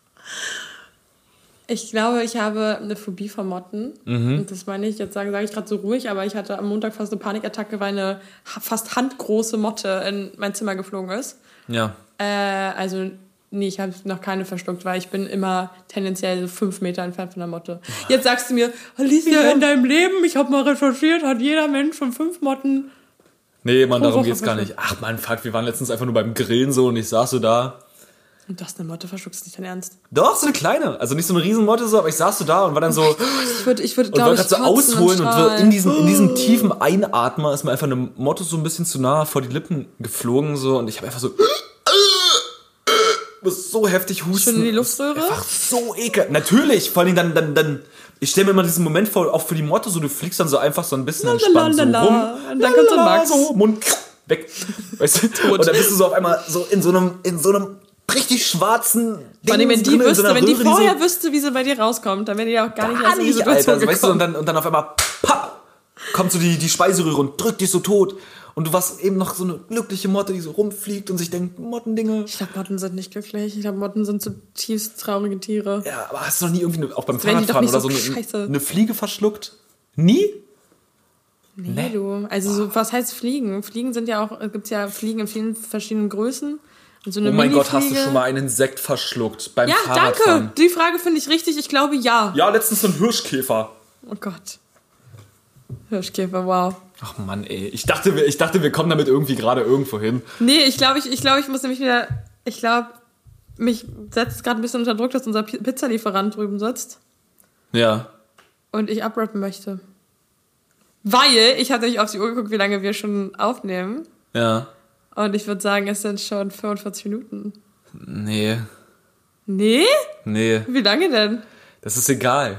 Ich glaube, ich habe eine Phobie vor Motten. Mhm. Und das meine ich, jetzt sage, sage ich gerade so ruhig, aber ich hatte am Montag fast eine Panikattacke, weil eine fast handgroße Motte in mein Zimmer geflogen ist. Ja. Äh, also, nee, ich habe noch keine verschluckt, weil ich bin immer tendenziell so fünf Meter entfernt von der Motte. Jetzt sagst du mir, Alicia, in deinem Leben, ich habe mal recherchiert, hat jeder Mensch von fünf Motten. Nee, Mann, Pro darum Woche geht's gar nicht. Ach, Mann, fuck, wir waren letztens einfach nur beim Grillen so und ich saß so da. Und du hast eine Motte verschluckt, ist nicht dein Ernst? Doch, so eine kleine. Also nicht so eine Riesenmotte so, aber ich saß so da und war dann so... Ich würde, ich würde, und glaube wollte ich, grad so kotzen ausholen und so in diesem, in diesem Oh. tiefen Einatmer ist mir einfach eine Motte so ein bisschen zu nah vor die Lippen geflogen so und ich habe einfach so... muss so heftig husten. Schon in die Luftröhre? Einfach so ekelhaft. Natürlich, vor allem dann... dann, dann ich stelle mir immer diesen Moment vor, auch für die Motte, so du fliegst dann so einfach so ein bisschen entspannt so rum. Und dann kommt so Max. So, Mund weg. Weißt du? Und dann bist du so auf einmal so in so einem, in so einem richtig schwarzen Ding. Vor allem, wenn die drin, in wüsste, so einer wenn die Röhre, vorher so, wüsste, wie sie bei dir rauskommt, dann wäre die ja auch gar nicht gar erst in die nicht, Situation Alter. So, weißt du, und gekommen. dann, und dann auf einmal, papp, kommt so die, die Speiseröhre und drückt dich so tot. Und du warst eben noch so eine glückliche Motte, die so rumfliegt und sich denkt, Mottendinge. Ich glaube, Motten sind nicht glücklich. Ich glaube, Motten sind zutiefst traurige Tiere. Ja, aber hast du noch nie irgendwie, eine, auch beim wären die doch Fahrradfahren nicht oder so so, scheiße. eine, eine Fliege verschluckt? Nie? Nee, Nee. du. Also, so, was heißt Fliegen? Fliegen sind ja auch, es gibt ja Fliegen in vielen verschiedenen Größen. Und so eine Oh mein Gott, hast du Mini-Fliege- schon mal einen Insekt verschluckt beim Ja, Fahrradfahren? danke. Die Frage finde ich richtig. Ich glaube, ja. Ja, letztens so ein Hirschkäfer. Oh Gott. Hirschkäfer, wow. Ach Mann, ey. Ich dachte, wir, ich dachte, wir kommen damit irgendwie gerade irgendwo hin. Nee, ich glaube, ich, ich, glaub, ich muss nämlich wieder. Ich glaube, mich setzt gerade ein bisschen unter Druck, dass unser Pi- Pizzalieferant drüben sitzt Ja. und ich abrappen möchte. Weil ich hatte nämlich auf die Uhr geguckt, wie lange wir schon aufnehmen. Ja. Und ich würde sagen, es sind schon fünfundvierzig Minuten. Nee. Nee? Nee. Wie lange denn? Das ist egal.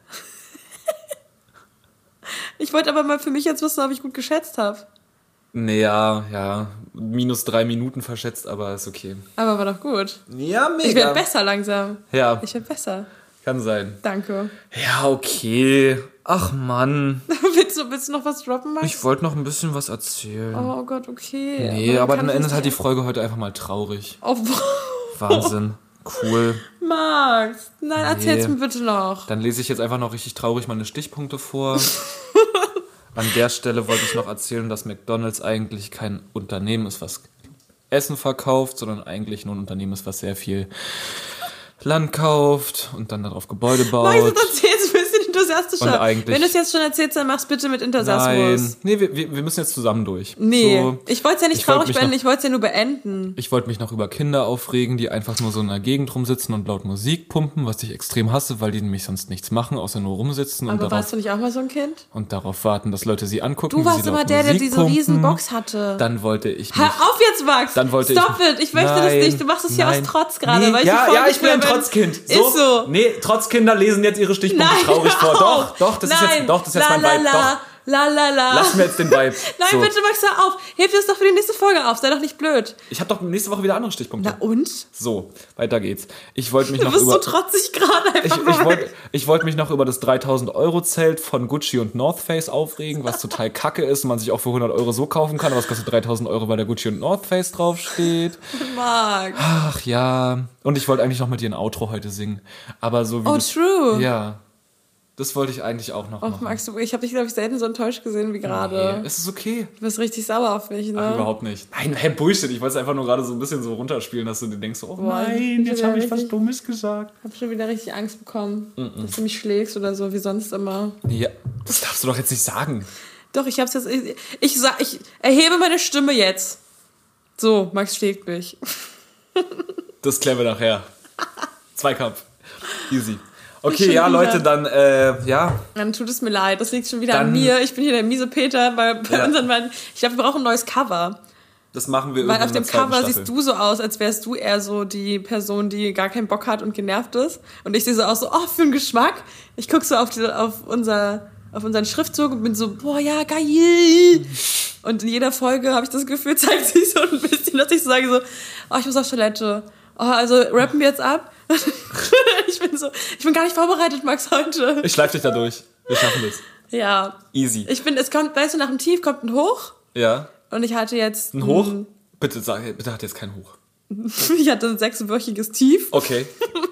Ich wollte aber mal für mich jetzt wissen, ob ich gut geschätzt habe. Nee, ja, ja. Minus drei Minuten verschätzt, aber ist okay. Aber war doch gut. Ja, mega. Ich werde besser langsam. Ja, Ich werde besser. kann sein. Danke. Ja, okay. Ach Mann. willst, du, willst du noch was droppen, Max? Ich wollte noch ein bisschen was erzählen. Oh Gott, okay. nee, aber dann kann ich endet nicht- halt die Folge heute einfach mal traurig. Oh, Wahnsinn. Cool. Max, nein, erzähl's Nee. mir bitte noch. Dann lese ich jetzt einfach noch richtig traurig meine Stichpunkte vor. An der Stelle wollte ich noch erzählen, dass McDonald's eigentlich kein Unternehmen ist, was Essen verkauft, sondern eigentlich nur ein Unternehmen ist, was sehr viel Land kauft und dann darauf Gebäude baut. Max, jetzt erzähl's ein bisschen enthusiastischer. Und eigentlich- Wenn du es jetzt schon erzählst, dann mach's bitte mit Enthusiasmus. Nein, nee, wir, wir wir müssen jetzt zusammen durch. Nee, So, ich wollte es ja nicht ich wollt traurig mich beenden, noch- ich wollte es ja nur beenden. ich wollte mich noch über Kinder aufregen, die einfach nur so in der Gegend rumsitzen und laut Musik pumpen, was ich extrem hasse, weil die nämlich sonst nichts machen, außer nur rumsitzen und Aber darauf, warst du nicht auch mal so ein Kind? und darauf warten, dass Leute sie angucken. Du wie warst sie immer laut der, der Musik diese pumpen. riesen Box hatte. Dann wollte ich mich... Hör auf jetzt, Max! Dann wollte Stop ich, it! Ich möchte das Nein, nicht. Du machst es hier aus nein. Trotz gerade, Nee, weil ich ja, die Folge ja, ich bin ein nicht mehr- Trotzkind. So, Ist so. Nee, Trotzkinder lesen jetzt ihre Stichpunkte Nein, traurig vor. hör Doch, auf. doch, das ist Nein. jetzt, doch, das ist jetzt la, mein Vibe. la, Doch, La la la. lass mir jetzt den Vibe. Nein, so. bitte, Max, hör auf. Heb das doch für die nächste Folge auf. Sei doch nicht blöd. Ich habe doch nächste Woche wieder andere Stichpunkte. Na und? So, weiter geht's. Ich wollte mich Du noch bist über... so trotzig gerade Ich, einfach. ich wollte ich wollt mich noch über das dreitausend-Euro-Zelt von Gucci und North Face aufregen, was total kacke ist und man sich auch für hundert Euro so kaufen kann, aber es kostet dreitausend Euro, weil da Gucci und North Face draufsteht. Max. Ach ja. Und ich wollte eigentlich noch mit dir ein Outro heute singen. Aber so wie Oh, du- true. Ja. Das wollte ich eigentlich auch noch Och, machen. Max, du, ich habe dich, glaube ich, selten so enttäuscht gesehen wie gerade. Nee, es ist okay. Du bist richtig sauer auf mich, ne? Ach, überhaupt nicht. Nein, hey, Bullshit. Ich wollte es einfach nur gerade so ein bisschen so runterspielen, dass du dir denkst, oh Boah, nein, ich jetzt bin habe ich richtig- was Dummes gesagt. Ich habe schon wieder richtig Angst bekommen, dass du mich schlägst oder so, wie sonst immer. Ja, das darfst du doch jetzt nicht sagen. Doch, ich hab's jetzt. Ich, ich, sag, ich erhebe meine Stimme jetzt. So, Max schlägt mich. Das klären wir nachher. Zweikampf. Easy. Okay, Schon ja, wieder. Leute, dann, äh, ja. Dann tut es mir leid, das liegt schon wieder Dann- an mir. Ich bin hier der miese Peter bei, bei Ja. unseren beiden. Ich glaube, wir brauchen ein neues Cover. Das machen wir Weil irgendwann auf dem in der zweiten Cover Staffel. siehst du so aus, als wärst du eher so die Person, die gar keinen Bock hat und genervt ist. Und ich sehe so aus, so, oh, für einen Geschmack. Ich gucke so auf, die, auf, unser, auf unseren Schriftzug und bin so, boah, ja, geil. Und in jeder Folge habe ich das Gefühl, zeigt sich so ein bisschen, dass ich so sage so, oh, ich muss auf Toilette. Oh, also rappen wir jetzt ab. ich bin so, ich bin gar nicht vorbereitet, Max, heute. Ich schleif dich da durch. Wir schaffen das. Ja. Easy. Ich bin, es kommt, weißt du, nach dem Tief kommt ein Hoch. Ja. Und ich hatte jetzt Ein Hoch? Bitte sag, bitte hat jetzt kein Hoch. Ich hatte ein sechswöchiges Tief. Okay.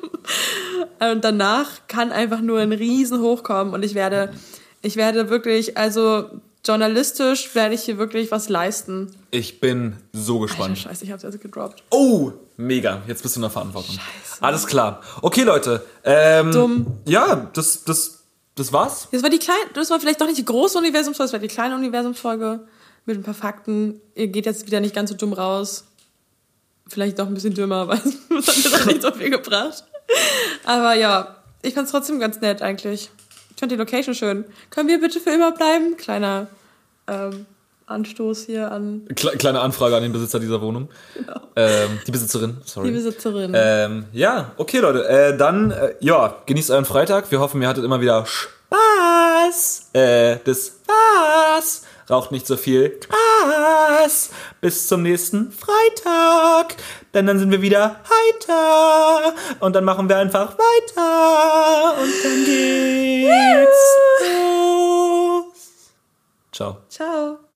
Und danach kann einfach nur ein riesen Hoch kommen. Und ich werde, ich werde wirklich, also journalistisch werde ich hier wirklich was leisten. Ich bin so Alter, gespannt. scheiße, ich hab's jetzt gedroppt. Oh, mega. Jetzt bist du in der Verantwortung. Scheiße. Alles klar. Okay, Leute. Ähm, Dumm. Ja, das, das, das war's. Das war die kleine, das war vielleicht doch nicht die große Universumsfolge, das war die kleine Universumsfolge mit ein paar Fakten. Ihr geht jetzt wieder nicht ganz so dumm raus. Vielleicht doch ein bisschen dümmer, weil es hat mir doch nicht so viel gebracht. Aber ja, ich fand's trotzdem ganz nett eigentlich. Ich fand die Location schön. Können wir bitte für immer bleiben? Kleiner ähm, Anstoß hier an Kle kleine Anfrage an den Besitzer dieser Wohnung. Genau. Ähm, die Besitzerin, sorry. die Besitzerin. Ähm, ja, okay, Leute. Äh, dann, äh, ja, genießt euren Freitag. Wir hoffen, ihr hattet immer wieder Spaß. Äh, das war's. Raucht nicht so viel Gras. Bis zum nächsten Freitag. Denn dann sind wir wieder heiter. Und dann machen wir einfach weiter. Und dann geht's los. Ciao. Ciao.